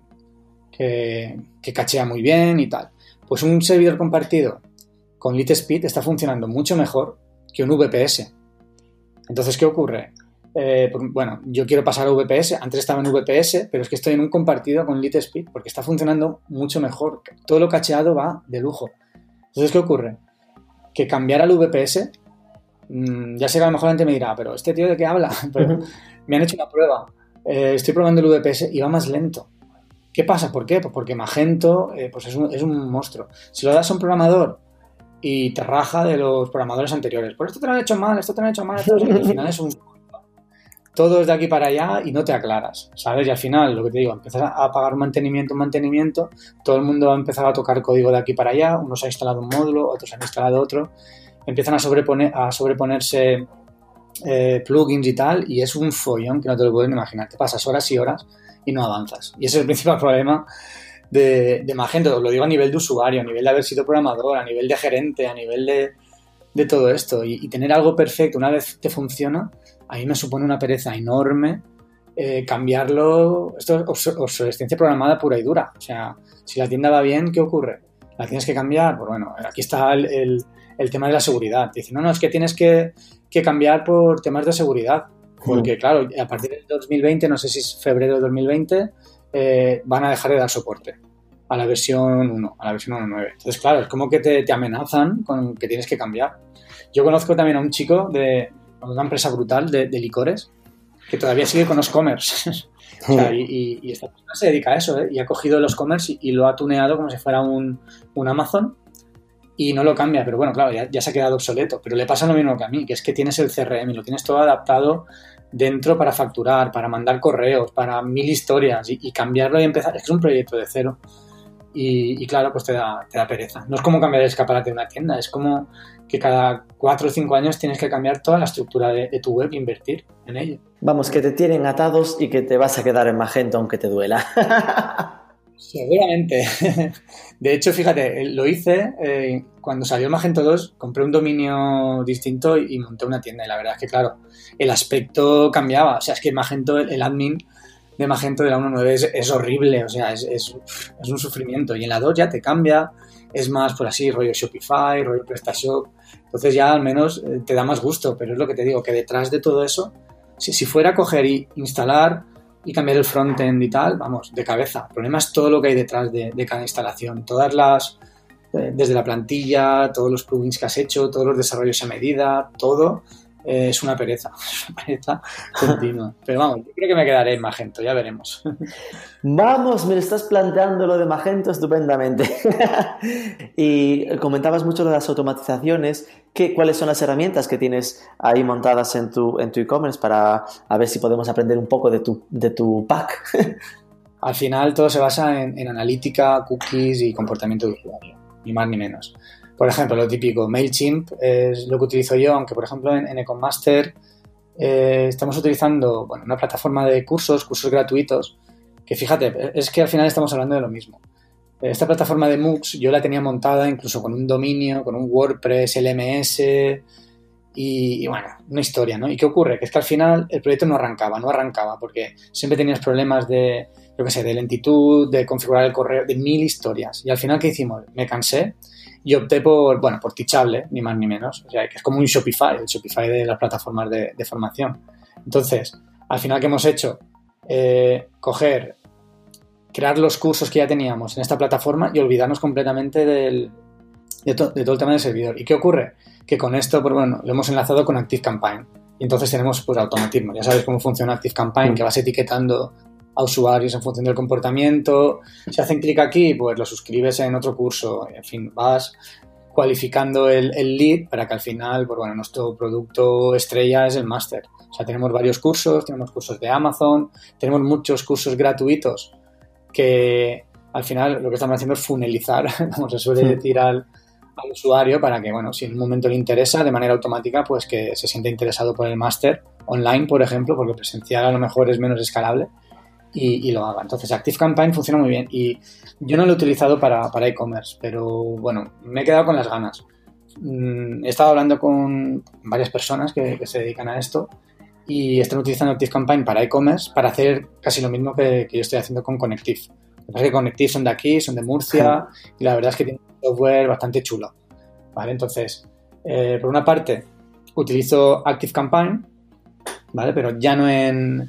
que cachea muy bien y tal. Pues un servidor compartido con LeetSpeed está funcionando mucho mejor que un VPS. Entonces, ¿qué ocurre? Bueno, yo quiero pasar a VPS, antes estaba en VPS, pero es que estoy en un compartido con LeetSpeed porque está funcionando mucho mejor. Todo lo cacheado va de lujo. Entonces, ¿qué ocurre? Que cambiar al VPS, ya sé que a lo mejor la gente me dirá, pero ¿este tío de qué habla? Pero me han hecho una prueba. Estoy probando el VPS y va más lento. ¿Qué pasa? ¿Por qué? Pues porque Magento pues es un monstruo. Si lo das a un programador y te raja de los programadores anteriores, pues esto te lo han hecho mal, esto te lo han hecho mal, al final es todo es de aquí para allá y no te aclaras, ¿sabes? Y al final, lo que te digo, empiezas a pagar un mantenimiento, todo el mundo ha empezado a tocar código de aquí para allá, unos han instalado un módulo, otros han instalado otro, empiezan a sobreponerse plugins y tal, y es un follón que no te lo puedes imaginar. Te pasas horas y horas y no avanzas. Y ese es el principal problema de Magento. Os lo digo a nivel de usuario, a nivel de haber sido programador, a nivel de gerente, a nivel de todo esto. Y tener algo perfecto una vez te funciona, a mí me supone una pereza enorme cambiarlo. Esto es obsolescencia programada pura y dura. O sea, si la tienda va bien, ¿qué ocurre? ¿La tienes que cambiar? Pues bueno, aquí está el tema de la seguridad. Te dicen, no, es que tienes que cambiar por temas de seguridad. Porque, claro, a partir del 2020, no sé si es febrero de 2020, van a dejar de dar soporte a la versión 1, a la versión 1.9. Entonces, claro, es como que te amenazan con que tienes que cambiar. Yo conozco también a un chico de una empresa brutal de licores que todavía sigue con los commerce. O sea, y esta persona se dedica a eso, y ha cogido los commerce y lo ha tuneado como si fuera un Amazon y no lo cambia. Pero bueno, claro, ya se ha quedado obsoleto. Pero le pasa lo mismo que a mí, que es que tienes el CRM y lo tienes todo adaptado dentro para facturar, para mandar correos, para 1000 historias y cambiarlo y empezar. Es que es un proyecto de cero. Y claro, pues te da pereza. No es como cambiar el escaparate de una tienda, es como que cada 4 o 5 años tienes que cambiar toda la estructura de tu web e invertir en ello.
Vamos, que te tienen atados y que te vas a quedar en Magento aunque te duela.
Seguramente. De hecho, fíjate, lo hice cuando salió Magento 2, compré un dominio distinto y monté una tienda. Y la verdad es que, claro, el aspecto cambiaba. O sea, es que Magento, el admin de Magento de la 1.9 es horrible. O sea, es un sufrimiento. Y en la 2 ya te cambia. Es más, por así, rollo Shopify, rollo PrestaShop. Entonces ya al menos te da más gusto. Pero es lo que te digo, que detrás de todo eso, si fuera a coger y instalar y cambiar el frontend y tal, vamos, de cabeza. El problema es todo lo que hay detrás de cada instalación. Todas desde la plantilla, todos los plugins que has hecho, todos los desarrollos a medida, todo es una pereza continua. Pero vamos, yo creo que me quedaré en Magento, ya veremos.
Vamos, me lo estás planteando lo de Magento estupendamente. Y comentabas mucho de las automatizaciones. ¿Cuáles son las herramientas que tienes ahí montadas en tu e-commerce para a ver si podemos aprender un poco de tu pack?
Al final todo se basa en analítica, cookies y comportamiento de usuario, ni más ni menos. Por ejemplo, lo típico, MailChimp es lo que utilizo yo, aunque por ejemplo en Ecom-Master estamos utilizando una plataforma de cursos gratuitos, que fíjate, es que al final estamos hablando de lo mismo. Esta plataforma de MOOCs yo la tenía montada incluso con un dominio, con un WordPress, LMS y bueno, una historia, ¿no? ¿Y qué ocurre? Que es que al final el proyecto no arrancaba porque siempre tenías problemas de lentitud, de configurar el correo, de 1000 historias. Y al final, ¿qué hicimos? Me cansé y opté por Teachable, ni más ni menos. O sea, que es como un Shopify, el Shopify de las plataformas de formación. Entonces, al final, ¿qué hemos hecho? Crear los cursos que ya teníamos en esta plataforma y olvidarnos completamente de todo el tema del servidor. ¿Y qué ocurre? Que con esto, pues bueno, lo hemos enlazado con ActiveCampaign. Y entonces tenemos pues automatismo. Ya sabes cómo funciona ActiveCampaign, que vas etiquetando a usuarios en función del comportamiento. Si hacen clic aquí, pues lo suscribes en otro curso. En fin, vas cualificando el lead para que al final, pues bueno, nuestro producto estrella es el máster. O sea, tenemos varios cursos, tenemos cursos de Amazon, tenemos muchos cursos gratuitos que al final lo que estamos haciendo es funelizar, como se suele decir al usuario, para que, bueno, si en un momento le interesa, de manera automática, pues que se sienta interesado por el máster online, por ejemplo, porque presencial a lo mejor es menos escalable y lo haga. Entonces, ActiveCampaign funciona muy bien y yo no lo he utilizado para e-commerce, pero bueno, me he quedado con las ganas. He estado hablando con varias personas que se dedican a esto y están utilizando ActiveCampaign para e-commerce para hacer casi lo mismo que yo estoy haciendo con Connective. Lo que pasa es que Connective son de aquí, son de Murcia y la verdad es que tienen un software bastante chulo, ¿vale? Entonces, por una parte, utilizo ActiveCampaign, ¿vale? Pero ya no en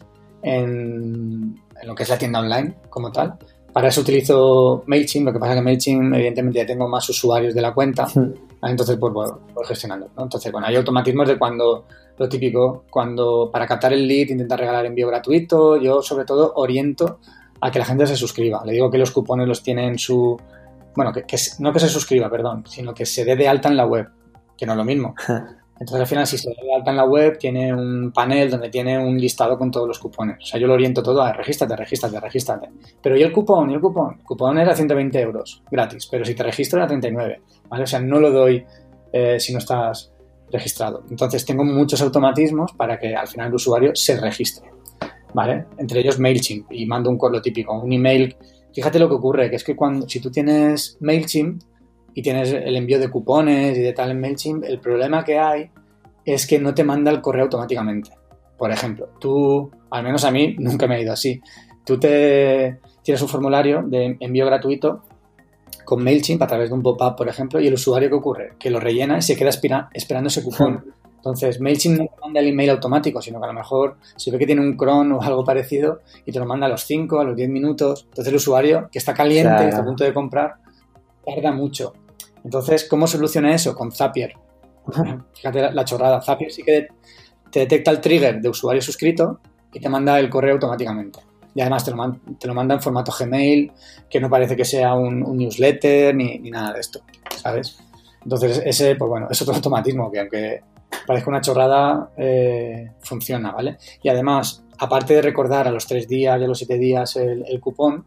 lo que es la tienda online como tal. Para eso utilizo MailChimp, lo que pasa es que MailChimp, evidentemente, ya tengo más usuarios de la cuenta, ¿vale? Entonces pues voy gestionando, ¿no? Entonces, bueno, hay automatismos de cuando, lo típico, cuando para captar el lead intenta regalar envío gratuito. Yo, sobre todo, oriento a que la gente se suscriba. Le digo que los cupones los tiene en su... Bueno, no que se suscriba, perdón, sino que se dé de alta en la web, que no es lo mismo. Entonces, al final, si se da de alta en la web, tiene un panel donde tiene un listado con todos los cupones. O sea, yo lo oriento todo a regístrate. Pero ¿y el cupón? El cupón era 120 euros gratis, pero si te registro era 39, ¿vale? O sea, no lo doy si no estás registrado. Entonces, tengo muchos automatismos para que al final el usuario se registre, ¿vale? Entre ellos MailChimp, y mando un correo típico, un email. Fíjate lo que ocurre, que es que si tú tienes MailChimp y tienes el envío de cupones y de tal en MailChimp, el problema que hay es que no te manda el correo automáticamente. Por ejemplo, tú, al menos a mí, nunca me ha ido así. Tú tienes un formulario de envío gratuito con MailChimp a través de un pop-up, por ejemplo, y el usuario, ¿qué ocurre? Que lo rellena y se queda esperando ese cupón. Entonces, MailChimp no te manda el email automático, sino que a lo mejor se ve que tiene un cron o algo parecido y te lo manda a los 5, a los 10 minutos. Entonces, el usuario, que está caliente, claro, que está a punto de comprar, tarda mucho. Entonces, ¿cómo soluciona eso? Con Zapier. Fíjate la chorrada. Zapier sí que te detecta el trigger de usuario suscrito y te manda el correo automáticamente. Y además te lo manda en formato Gmail, que no parece que sea un newsletter ni nada de esto, ¿sabes? Entonces, ese, pues bueno, es otro automatismo que, aunque parezca una chorrada, funciona, ¿vale? Y además, aparte de recordar a los 3 días y a los 7 días el cupón,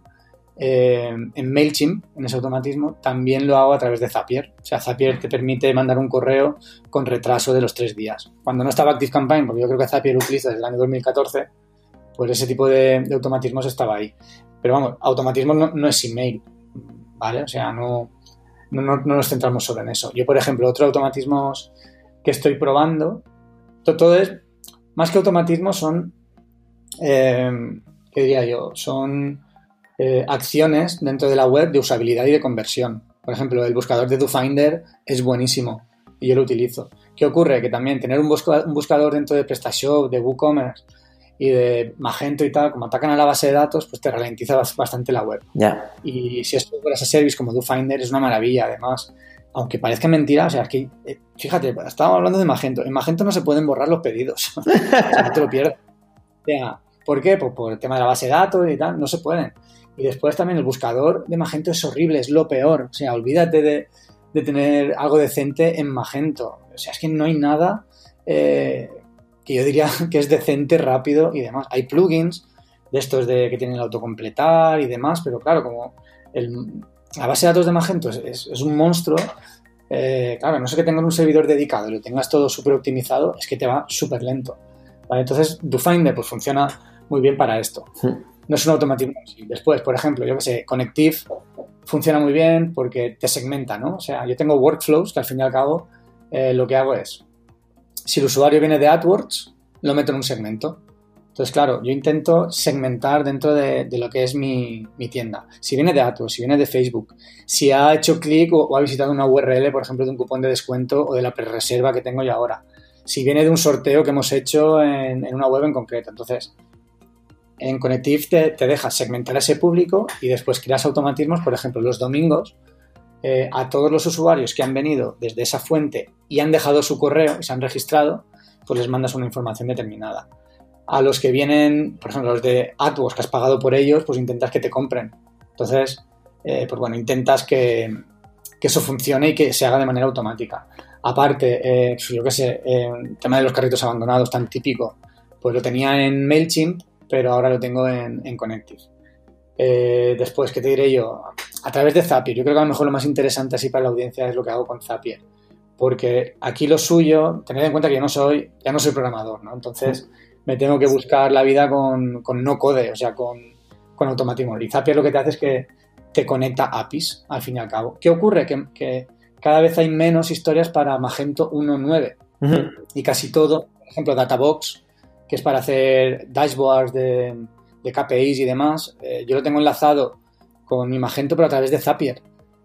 en MailChimp, en ese automatismo, también lo hago a través de Zapier. O sea, Zapier te permite mandar un correo con retraso de los 3 días. Cuando no estaba ActiveCampaign, porque yo creo que Zapier lo utiliza desde el año 2014, pues ese tipo de automatismos estaba ahí. Pero vamos, automatismo no es email, ¿vale? O sea, no nos centramos solo en eso. Yo, por ejemplo, otros automatismos que estoy probando, todo es, más que automatismos, son, ¿qué diría yo? Son acciones dentro de la web de usabilidad y de conversión. Por ejemplo, el buscador de DoFinder es buenísimo y yo lo utilizo. ¿Qué ocurre? Que también tener un buscador dentro de PrestaShop, de WooCommerce y de Magento y tal, como atacan a la base de datos, pues te ralentiza bastante la web.
Yeah.
Y si es software as a service como DoFinder, es una maravilla. Además, aunque parezca mentira, o sea, es que, fíjate, estábamos hablando de Magento. En Magento no se pueden borrar los pedidos. O sea, no te lo pierdas. O sea, ¿por qué? Pues por el tema de la base de datos y tal, no se pueden. Y después también el buscador de Magento es horrible, es lo peor. O sea, olvídate de tener algo decente en Magento. O sea, es que no hay nada que yo diría que es decente, rápido y demás. Hay plugins de estos que tienen el autocompletar y demás, pero claro, como la base de datos de Magento es un monstruo, claro, no sé que tengas un servidor dedicado y lo tengas todo súper optimizado, es que te va súper lento, ¿vale? Entonces, DoFinder pues funciona muy bien para esto. No es un automatismo así. Después, por ejemplo, yo que sé, Connective funciona muy bien porque te segmenta, ¿no? O sea, yo tengo workflows que al fin y al cabo lo que hago es, si el usuario viene de AdWords, lo meto en un segmento. Entonces, claro, yo intento segmentar dentro de lo que es mi tienda. Si viene de AdWords, si viene de Facebook, si ha hecho clic o ha visitado una URL, por ejemplo, de un cupón de descuento o de la prerreserva que tengo yo ahora. Si viene de un sorteo que hemos hecho en una web en concreto. Entonces, en Connective te deja segmentar a ese público y después creas automatismos. Por ejemplo, los domingos a todos los usuarios que han venido desde esa fuente y han dejado su correo y se han registrado, pues les mandas una información determinada. A los que vienen, por ejemplo, los de AdWords, que has pagado por ellos, pues intentas que te compren. Entonces, pues bueno, intentas que eso funcione y que se haga de manera automática. Aparte, yo qué sé, el tema de los carritos abandonados tan típico, pues lo tenía en MailChimp, pero ahora lo tengo en Connective. Después, ¿qué te diré yo? A través de Zapier. Yo creo que a lo mejor lo más interesante así para la audiencia es lo que hago con Zapier. Porque aquí lo suyo, tened en cuenta que ya no soy programador, ¿no? Entonces me tengo que buscar la vida con no code, o sea, con automatismo. Y Zapier lo que te hace es que te conecta APIs, al fin y al cabo. ¿Qué ocurre? Que cada vez hay menos historias para Magento 1.9. Y casi todo, por ejemplo, Databox, que es para hacer dashboards de KPIs y demás, yo lo tengo enlazado con mi Magento, pero a través de Zapier.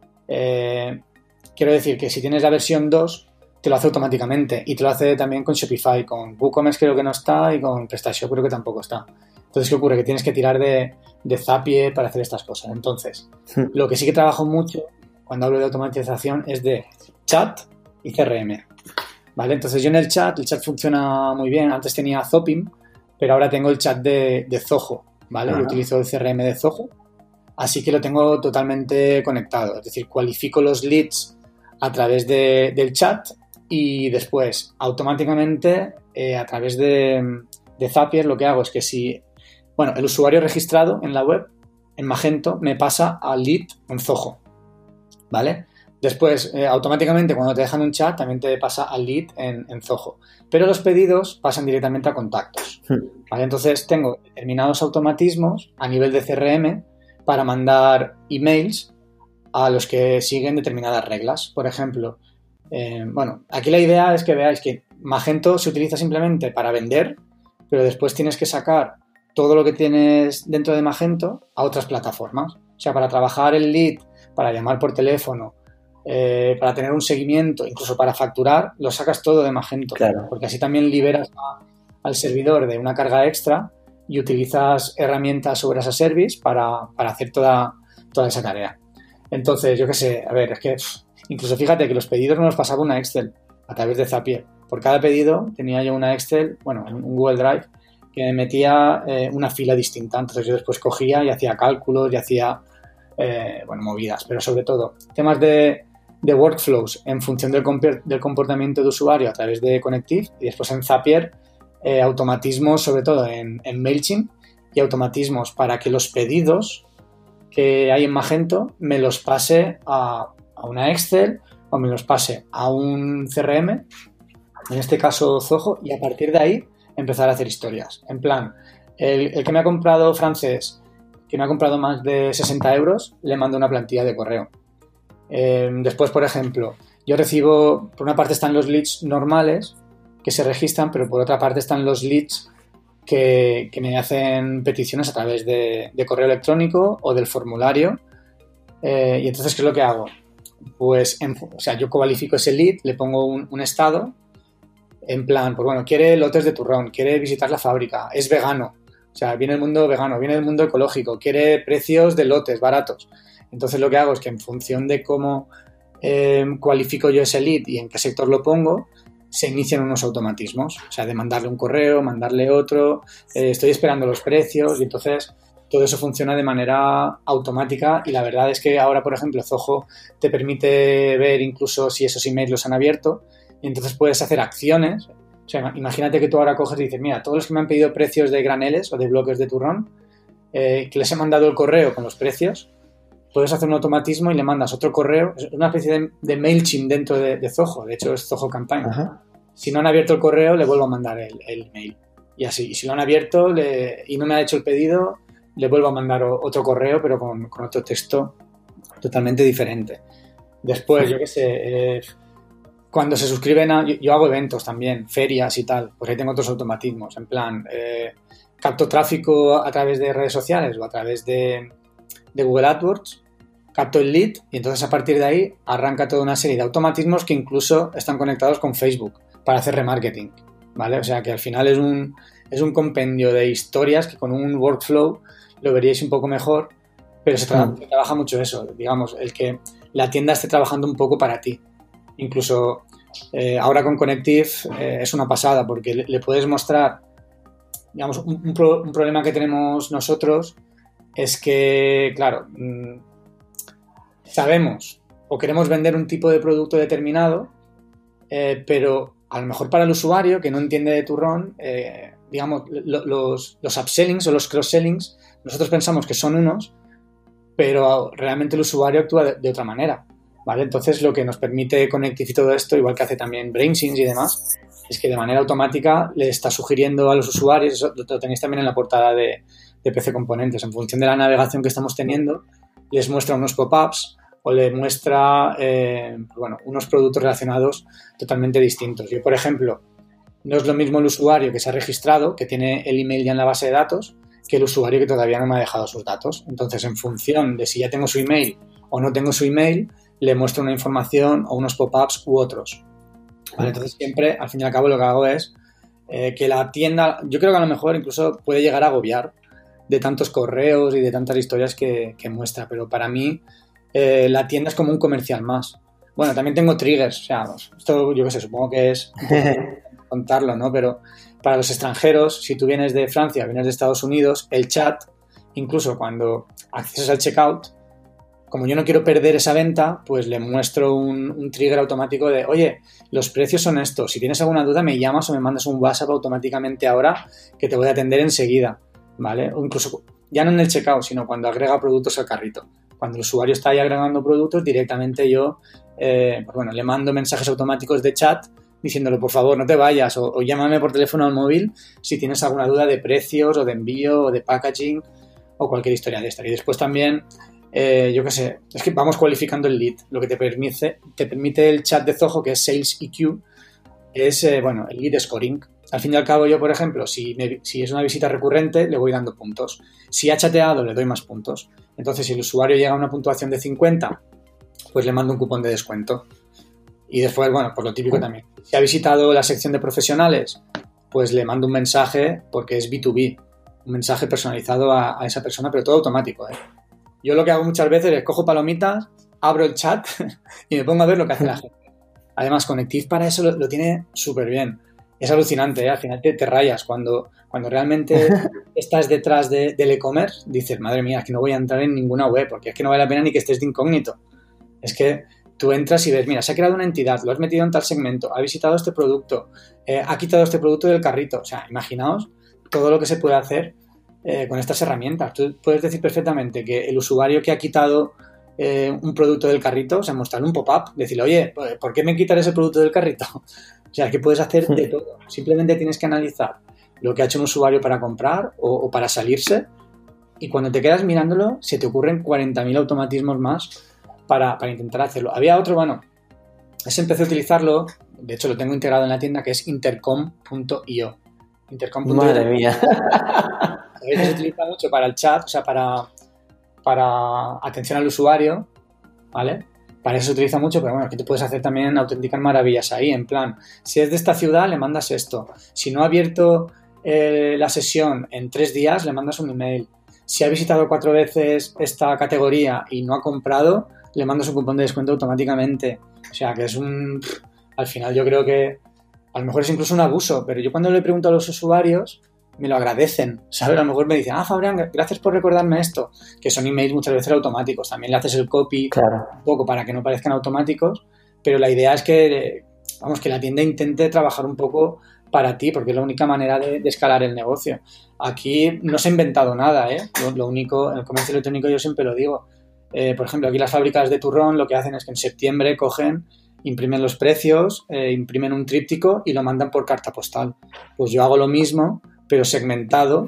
Quiero decir que si tienes la versión 2, te lo hace automáticamente y te lo hace también con Shopify. Con WooCommerce creo que no está y con PrestaShop creo que tampoco está. Entonces, ¿qué ocurre? Que tienes que tirar de Zapier para hacer estas cosas. Entonces, lo que sí que trabajo mucho cuando hablo de automatización es de chat y CRM. ¿Vale? Entonces, yo en el chat funciona muy bien. Antes tenía Zopim, pero ahora tengo el chat de Zoho, ¿vale? Yo utilizo el CRM de Zoho, así que lo tengo totalmente conectado. Es decir, cualifico los leads a través del chat y después automáticamente a través de Zapier lo que hago es que si el usuario registrado en la web, en Magento, me pasa al lead en Zoho, ¿vale? Después, automáticamente cuando te dejan un chat también te pasa al lead en Zoho. Pero los pedidos pasan directamente a contactos, ¿vale? Entonces tengo determinados automatismos a nivel de CRM para mandar emails a los que siguen determinadas reglas. Por ejemplo, aquí la idea es que veáis que Magento se utiliza simplemente para vender, pero después tienes que sacar todo lo que tienes dentro de Magento a otras plataformas. O sea, para trabajar el lead, para llamar por teléfono, para tener un seguimiento, incluso para facturar, lo sacas todo de Magento.
Claro.
Porque así también liberas al servidor de una carga extra y utilizas herramientas sobre esa service para hacer toda esa tarea. Entonces, yo qué sé, a ver, es que incluso fíjate que los pedidos me los pasaba una Excel a través de Zapier. Por cada pedido tenía yo una Excel, en un Google Drive, que me metía una fila distinta. Entonces yo después cogía y hacía cálculos y hacía, movidas. Pero sobre todo, temas de workflows en función del comportamiento de usuario a través de Connective y después en Zapier, automatismos sobre todo en MailChimp y automatismos para que los pedidos que hay en Magento me los pase a una Excel o me los pase a un CRM, en este caso Zoho, y a partir de ahí empezar a hacer historias. En plan, el que me ha comprado francés, que me ha comprado más de 60 euros, le mando una plantilla de correo. Después, por ejemplo, yo recibo, por una parte están los leads normales que se registran, pero por otra parte están los leads que me hacen peticiones a través de correo electrónico o del formulario. Y entonces, ¿qué es lo que hago? Pues, yo cualifico ese lead, le pongo un estado, en plan, quiere lotes de turrón, quiere visitar la fábrica, es vegano, o sea, viene el mundo vegano, viene el mundo ecológico, quiere precios de lotes baratos. Entonces, lo que hago es que en función de cómo cualifico yo ese lead y en qué sector lo pongo, se inician unos automatismos, o sea, de mandarle un correo, mandarle otro, estoy esperando los precios y entonces todo eso funciona de manera automática y la verdad es que ahora, por ejemplo, Zoho te permite ver incluso si esos emails los han abierto y entonces puedes hacer acciones. O sea, imagínate que tú ahora coges y dices, mira, todos los que me han pedido precios de graneles o de bloques de turrón, que les he mandado el correo con los precios, puedes hacer un automatismo y le mandas otro correo, es una especie de MailChimp dentro de Zoho, de hecho es Zoho Campaign.
Ajá.
Si no han abierto el correo, le vuelvo a mandar el mail. Y así, y si lo han abierto y no me ha hecho el pedido, le vuelvo a mandar otro correo, pero con otro texto totalmente diferente. Después, yo qué sé, cuando se suscriben yo hago eventos también, ferias y tal, pues ahí tengo otros automatismos, en plan, capto tráfico a través de redes sociales o a través de Google AdWords, capto el lead y entonces a partir de ahí arranca toda una serie de automatismos que incluso están conectados con Facebook para hacer remarketing, ¿vale? O sea que al final es un compendio de historias que con un workflow lo veríais un poco mejor, pero se trabaja mucho eso, digamos, el que la tienda esté trabajando un poco para ti. Incluso ahora con Connective es una pasada porque le puedes mostrar, digamos, un problema que tenemos nosotros es que, claro, sabemos o queremos vender un tipo de producto determinado, pero a lo mejor para el usuario que no entiende de turrón, digamos, los upsellings o los cross-sellings, nosotros pensamos que son unos, pero realmente el usuario actúa de otra manera, ¿vale? Entonces, lo que nos permite Connective y todo esto, igual que hace también BrainSense y demás, es que de manera automática le está sugiriendo a los usuarios, eso lo tenéis también en la portada de PC Componentes, en función de la navegación que estamos teniendo, les muestra unos pop-ups o le muestra unos productos relacionados totalmente distintos. Yo, por ejemplo, no es lo mismo el usuario que se ha registrado, que tiene el email ya en la base de datos, que el usuario que todavía no me ha dejado sus datos. Entonces, en función de si ya tengo su email o no tengo su email, le muestro una información o unos pop-ups u otros. ¿Vale? Entonces, siempre, al fin y al cabo, lo que hago es que la tienda, yo creo que a lo mejor incluso puede llegar a agobiar de tantos correos y de tantas historias que muestra, pero para mí la tienda es como un comercial más. Bueno, también tengo triggers, o sea, esto yo qué sé, supongo que es contarlo, ¿no? Pero para los extranjeros, si tú vienes de Francia, vienes de Estados Unidos, el chat, incluso cuando accedes al checkout, como yo no quiero perder esa venta, pues le muestro un trigger automático de, oye, los precios son estos, si tienes alguna duda me llamas o me mandas un WhatsApp automáticamente ahora que te voy a atender enseguida, ¿vale? O incluso, ya no en el checkout, sino cuando agrega productos al carrito. Cuando el usuario está ahí agregando productos, directamente yo le mando mensajes automáticos de chat diciéndole, por favor, no te vayas o llámame por teléfono al móvil si tienes alguna duda de precios o de envío o de packaging o cualquier historia de esta. Y después también, yo qué sé, es que vamos cualificando el lead. Lo que te permite el chat de Zoho, que es Sales EQ, es, el lead scoring. Al fin y al cabo, yo, por ejemplo, si es una visita recurrente, le voy dando puntos. Si ha chateado, le doy más puntos. Entonces, si el usuario llega a una puntuación de 50, pues le mando un cupón de descuento. Y después, pues lo típico también. Si ha visitado la sección de profesionales, pues le mando un mensaje, porque es B2B, un mensaje personalizado a esa persona, pero todo automático, ¿eh? Yo lo que hago muchas veces es cojo palomitas, abro el chat y me pongo a ver lo que hace la gente. Además, Connective para eso lo tiene súper bien. Es alucinante, ¿eh? Al final te rayas. Cuando realmente estás detrás del e-commerce, dices, madre mía, es que no voy a entrar en ninguna web, porque es que no vale la pena ni que estés de incógnito. Es que tú entras y ves, mira, se ha creado una entidad, lo has metido en tal segmento, ha visitado este producto, ha quitado este producto del carrito. O sea, imaginaos todo lo que se puede hacer con estas herramientas. Tú puedes decir perfectamente que el usuario que ha quitado un producto del carrito, o sea, mostrarle un pop-up, decirle, oye, ¿por qué me quitar ese producto del carrito? O sea, que puedes hacer de todo. Simplemente tienes que analizar lo que ha hecho un usuario para comprar o para salirse, y cuando te quedas mirándolo, se te ocurren 40.000 automatismos más para intentar hacerlo. Había otro, ese empecé a utilizarlo, de hecho lo tengo integrado en la tienda, que es intercom.io. Intercom.io.
Madre mía.
A veces se utiliza mucho para el chat, o sea, para atención al usuario, ¿vale? Para eso se utiliza mucho, pero aquí te puedes hacer también auténticas maravillas ahí, en plan, si es de esta ciudad, le mandas esto. Si no ha abierto la sesión en 3 días, le mandas un email. Si ha visitado 4 veces esta categoría y no ha comprado, le mandas un cupón de descuento automáticamente. O sea, que es al final yo creo que a lo mejor es incluso un abuso, pero yo cuando le pregunto a los usuarios, me lo agradecen, ¿sabes? A lo mejor me dicen, Fabián, gracias por recordarme esto, que son emails muchas veces automáticos. También le haces el copy un poco para que no parezcan automáticos, pero la idea es que la tienda intente trabajar un poco para ti, porque es la única manera de escalar el negocio. Aquí no se ha inventado nada, ¿eh? Lo único, en el comercio electrónico yo siempre lo digo. Por ejemplo, aquí las fábricas de turrón lo que hacen es que en septiembre cogen, imprimen los precios, imprimen un tríptico y lo mandan por carta postal. Pues yo hago lo mismo, pero segmentado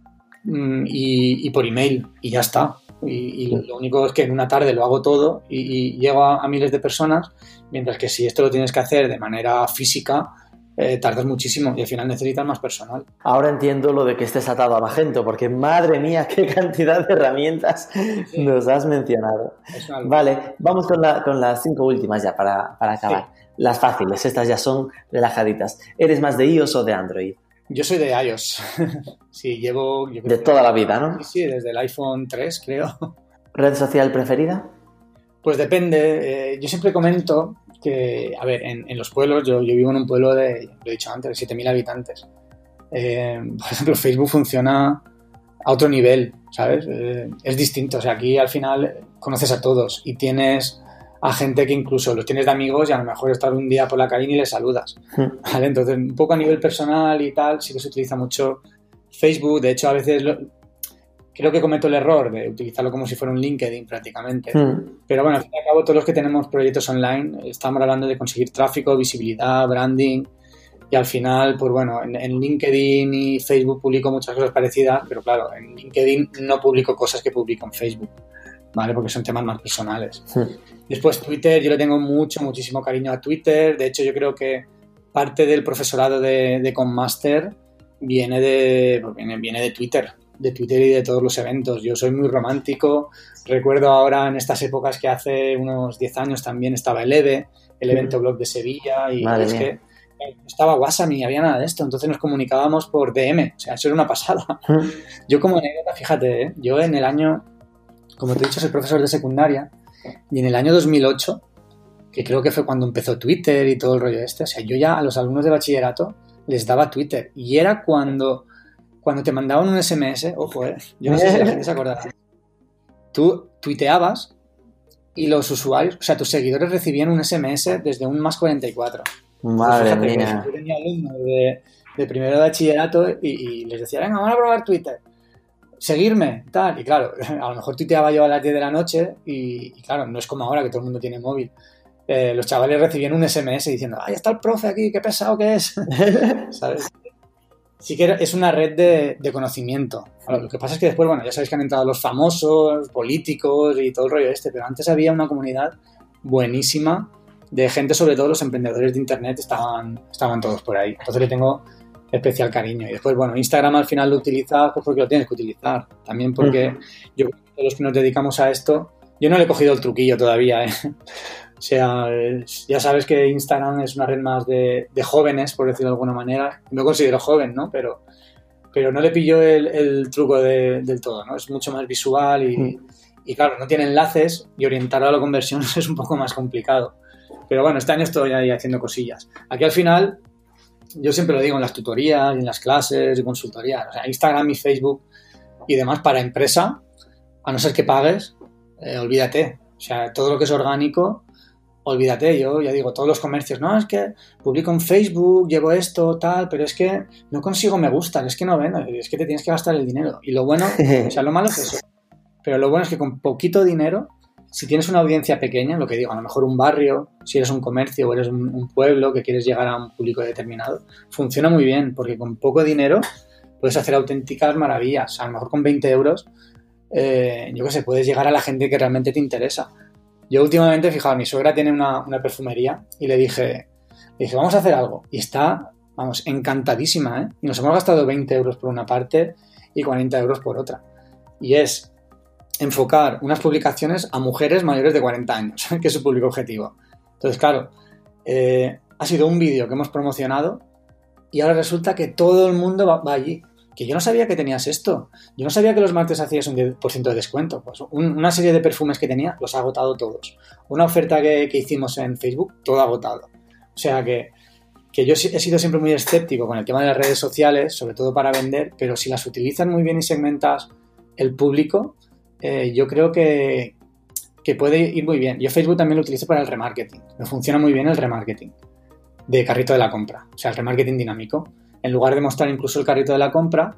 y por email, y ya está. Y lo único es que en una tarde lo hago todo y llego a miles de personas, mientras que si esto lo tienes que hacer de manera física, tardas muchísimo y al final necesitas más personal.
Ahora entiendo lo de que estés atado a Magento, porque madre mía, qué cantidad de herramientas nos has mencionado. Vale, vamos con las 5 últimas ya para acabar. Sí. Las fáciles, estas ya son relajaditas. ¿Eres más de iOS o de Android?
Yo soy de iOS. Sí, llevo...
De toda la vida, ¿no?
Sí, desde el iPhone 3, creo.
¿Red social preferida?
Pues depende. Yo siempre comento que, a ver, en los pueblos, yo vivo en un pueblo de, lo he dicho antes, de 7.000 habitantes. Por ejemplo, Facebook funciona a otro nivel, ¿sabes? Es distinto. O sea, aquí al final conoces a todos y tienes a gente que incluso los tienes de amigos y a lo mejor estar un día por la calle y les saludas, ¿vale? Entonces, un poco a nivel personal y tal, sí que se utiliza mucho Facebook. De hecho, a veces creo que cometo el error de utilizarlo como si fuera un LinkedIn prácticamente. Pero bueno, al fin y al cabo, todos los que tenemos proyectos online estamos hablando de conseguir tráfico, visibilidad, branding. Y al final, pues bueno, en LinkedIn y Facebook publico muchas cosas parecidas, pero claro, en LinkedIn no publico cosas que publico en Facebook, ¿vale? Porque son temas más personales. Después Twitter, yo le tengo muchísimo cariño a Twitter. De hecho, yo creo que parte del profesorado de Conmaster viene de Twitter y de todos los eventos. Yo soy muy romántico. Recuerdo ahora en estas épocas que hace unos 10 años también estaba el EVE, el evento blog de Sevilla, y es que no estaba WhatsApp ni había nada de esto, entonces nos comunicábamos por DM, o sea, eso era una pasada. Yo como anécdota, fíjate, yo en el año, como te he dicho, soy profesor de secundaria, y en el año 2008, que creo que fue cuando empezó Twitter y todo el rollo este, o sea, yo ya a los alumnos de bachillerato les daba Twitter, y era cuando te mandaban un SMS, ojo, yo no sé si la gente se acordará, tú tuiteabas y los usuarios, o sea, tus seguidores recibían un SMS desde un +44.
Madre
pues fíjate,
mía.
yo tenía alumnos de primero de bachillerato y les decía, venga, vamos a probar Twitter, seguirme, tal, y claro, a lo mejor tuiteaba yo a las 10 de la noche y claro, no es como ahora que todo el mundo tiene móvil. Los chavales recibían un SMS diciendo, ¡ay, está el profe aquí, qué pesado que es! ¿Sabes? Sí que es una red de conocimiento. Lo que pasa es que después, bueno, ya sabéis que han entrado los famosos, políticos y todo el rollo este, pero antes había una comunidad buenísima de gente, sobre todo los emprendedores de internet estaban todos por ahí. Entonces le tengo especial cariño. Y después, bueno, Instagram al final lo utilizas pues porque lo tienes que utilizar. También porque yo creo que todos los que nos dedicamos a esto, yo no le he cogido el truquillo todavía, O sea, ya sabes que Instagram es una red más de jóvenes, por decirlo de alguna manera. Me considero joven, ¿no? Pero no le pillo el truco del todo, ¿no? Es mucho más visual y claro, no tiene enlaces y orientarlo a la conversión es un poco más complicado. Pero bueno, este año estoy ahí haciendo cosillas. Aquí al final, yo siempre lo digo en las tutorías, en las clases y consultorías. O sea, Instagram y Facebook y demás para empresa, a no ser que pagues, olvídate. O sea, todo lo que es orgánico, olvídate. Yo ya digo, todos los comercios, no, es que publico en Facebook, llevo esto, tal, pero es que no consigo me gusta, es que no vendo, es que te tienes que gastar el dinero. Y lo bueno, o sea, lo malo es eso. Pero lo bueno es que con poquito dinero, si tienes una audiencia pequeña, lo que digo, a lo mejor un barrio, si eres un comercio o eres un pueblo que quieres llegar a un público determinado, funciona muy bien, porque con poco dinero puedes hacer auténticas maravillas. A lo mejor con 20 euros, yo qué sé, puedes llegar a la gente que realmente te interesa. Yo últimamente, fijaos, mi suegra tiene una perfumería y le dije, vamos a hacer algo. Y está, vamos, encantadísima, ¿eh? Y nos hemos gastado 20 euros por una parte y 40 euros por otra. Y es enfocar unas publicaciones a mujeres mayores de 40 años, que es su público objetivo. Entonces, claro, ha sido un vídeo que hemos promocionado y ahora resulta que todo el mundo va allí. Que yo no sabía que tenías esto. Yo no sabía que los martes hacías un 10% de descuento. Pues una serie de perfumes que tenía, los ha agotado todos. Una oferta que hicimos en Facebook, todo agotado. O sea que yo he sido siempre muy escéptico con el tema de las redes sociales, sobre todo para vender, pero si las utilizas muy bien y segmentas el público, yo creo que puede ir muy bien. Yo Facebook también lo utilizo para el remarketing. Me funciona muy bien el remarketing de carrito de la compra, o sea, el remarketing dinámico. En lugar de mostrar incluso el carrito de la compra,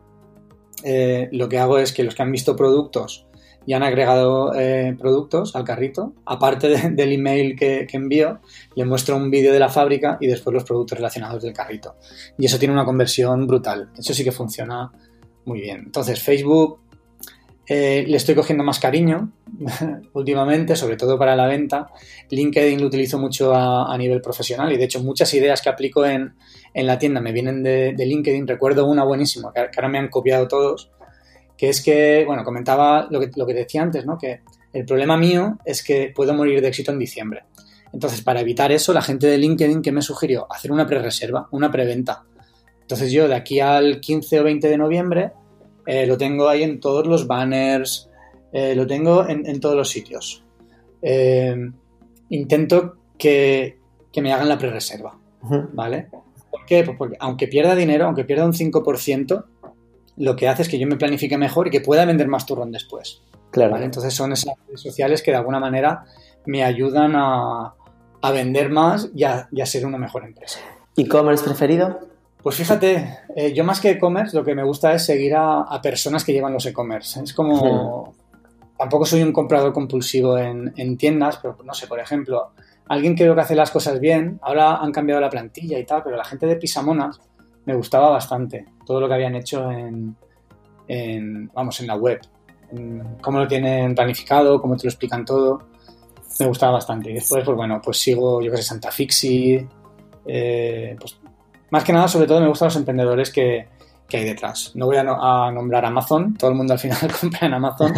lo que hago es que los que han visto productos y han agregado productos al carrito, aparte del email que envío, le muestro un vídeo de la fábrica y después los productos relacionados del carrito. Y eso tiene una conversión brutal. Eso sí que funciona muy bien. Entonces, Facebook le estoy cogiendo más cariño últimamente, sobre todo para la venta. LinkedIn lo utilizo mucho a nivel profesional y de hecho muchas ideas que aplico en la tienda me vienen de LinkedIn. Recuerdo una buenísima que ahora me han copiado todos, que es que, bueno, comentaba lo que decía antes, ¿no? Que el problema mío es que puedo morir de éxito en diciembre. Entonces, para evitar eso, la gente de LinkedIn, ¿qué me sugirió? Hacer una prerreserva, una preventa. Entonces yo de aquí al 15 o 20 de noviembre lo tengo ahí en todos los banners, lo tengo en todos los sitios. intento que me hagan la prerreserva, ¿vale? ¿Por qué? Pues porque aunque pierda dinero, aunque pierda un 5%, lo que hace es que yo me planifique mejor y que pueda vender más turrón después.
Claro.
¿Vale? Entonces son esas redes sociales que de alguna manera me ayudan a vender más y a ser una mejor empresa.
¿E-commerce preferido?
Pues fíjate, yo más que e-commerce lo que me gusta es seguir a personas que llevan los e-commerce. Es como... Tampoco soy un comprador compulsivo en tiendas, pero no sé, por ejemplo, alguien que veo que hace las cosas bien, ahora han cambiado la plantilla y tal, pero la gente de Pisamonas me gustaba bastante. Todo lo que habían hecho en la web. Cómo lo tienen planificado, cómo te lo explican todo. Me gustaba bastante. Y después, pues bueno, pues sigo, yo que sé, Santa Fixi. Pues más que nada, sobre todo, me gustan los emprendedores que hay detrás. No voy a nombrar Amazon. Todo el mundo al final compra en Amazon.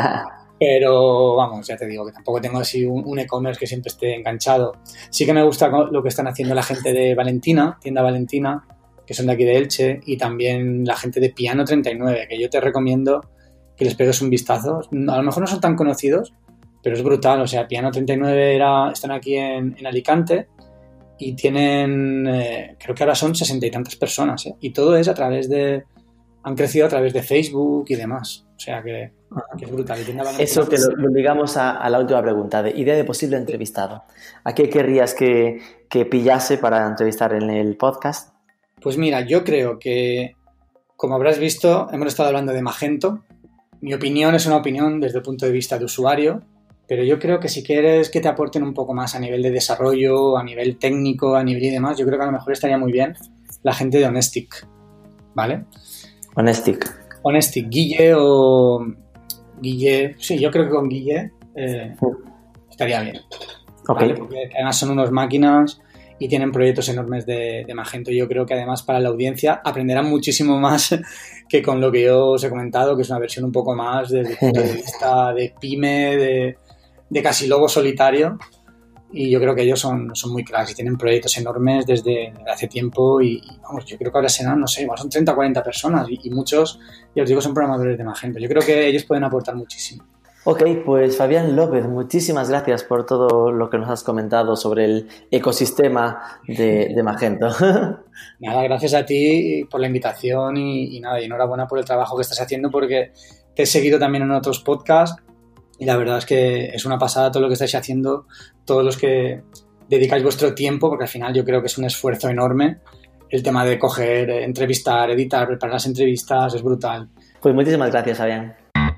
Pero vamos, ya te digo que tampoco tengo así un e-commerce que siempre esté enganchado. Sí que me gusta lo que están haciendo la gente de Valentina, tienda Valentina, que son de aquí de Elche, y también la gente de Piano 39, que yo te recomiendo que les pegues un vistazo. A lo mejor no son tan conocidos, pero es brutal. O sea, Piano 39 están aquí en Alicante y tienen, creo que ahora son 60 y tantas personas, ¿eh? Y todo es han crecido a través de Facebook y demás. O sea que es brutal.
Eso que lo ligamos a la última pregunta, de idea de posible entrevistado. ¿A qué querrías que pillase para entrevistar en el podcast?
Pues mira, yo creo que, como habrás visto, hemos estado hablando de Magento. Mi opinión es una opinión desde el punto de vista de usuario, pero yo creo que si quieres que te aporten un poco más a nivel de desarrollo, a nivel técnico, a nivel y demás, yo creo que a lo mejor estaría muy bien la gente de Honestic, ¿vale? Honestic, Guille o... Guille, sí, yo creo que con Guille estaría bien.
Okay.
¿Vale? Porque además son unas máquinas y tienen proyectos enormes de Magento. Yo creo que además para la audiencia aprenderán muchísimo más que con lo que yo os he comentado, que es una versión un poco más desde el punto de vista de pyme, de casi lobo solitario. Y yo creo que ellos son muy cracks y tienen proyectos enormes desde hace tiempo y vamos, yo creo que ahora serán, no sé, igual son 30 o 40 personas y muchos, ya os digo, son programadores de Magento. Yo creo que ellos pueden aportar muchísimo.
Ok, pues Fabián López, muchísimas gracias por todo lo que nos has comentado sobre el ecosistema de Magento.
Nada, gracias a ti por la invitación y nada, y enhorabuena por el trabajo que estás haciendo porque te he seguido también en otros podcasts y la verdad es que es una pasada todo lo que estáis haciendo, todos los que dedicáis vuestro tiempo, porque al final yo creo que es un esfuerzo enorme el tema de coger, entrevistar, editar, preparar las entrevistas, es brutal.
Pues muchísimas gracias, Fabián.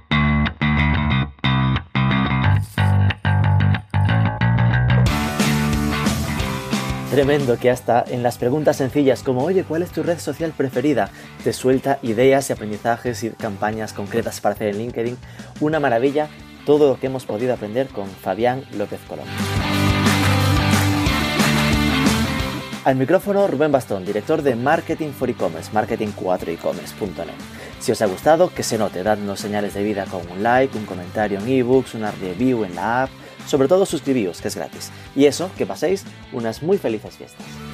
Tremendo que hasta en las preguntas sencillas como oye, ¿cuál es tu red social preferida? Te suelta ideas y aprendizajes y campañas concretas para hacer en LinkedIn. Una maravilla todo lo que hemos podido aprender con Fabián López Colón. Al micrófono Rubén Bastón, director de Marketing for E-Commerce, marketing4ecommerce.net. Si os ha gustado, que se note, dadnos señales de vida con un like, un comentario en ebooks, una review en la app. Sobre todo suscribíos, que es gratis. Y eso, que paséis unas muy felices fiestas.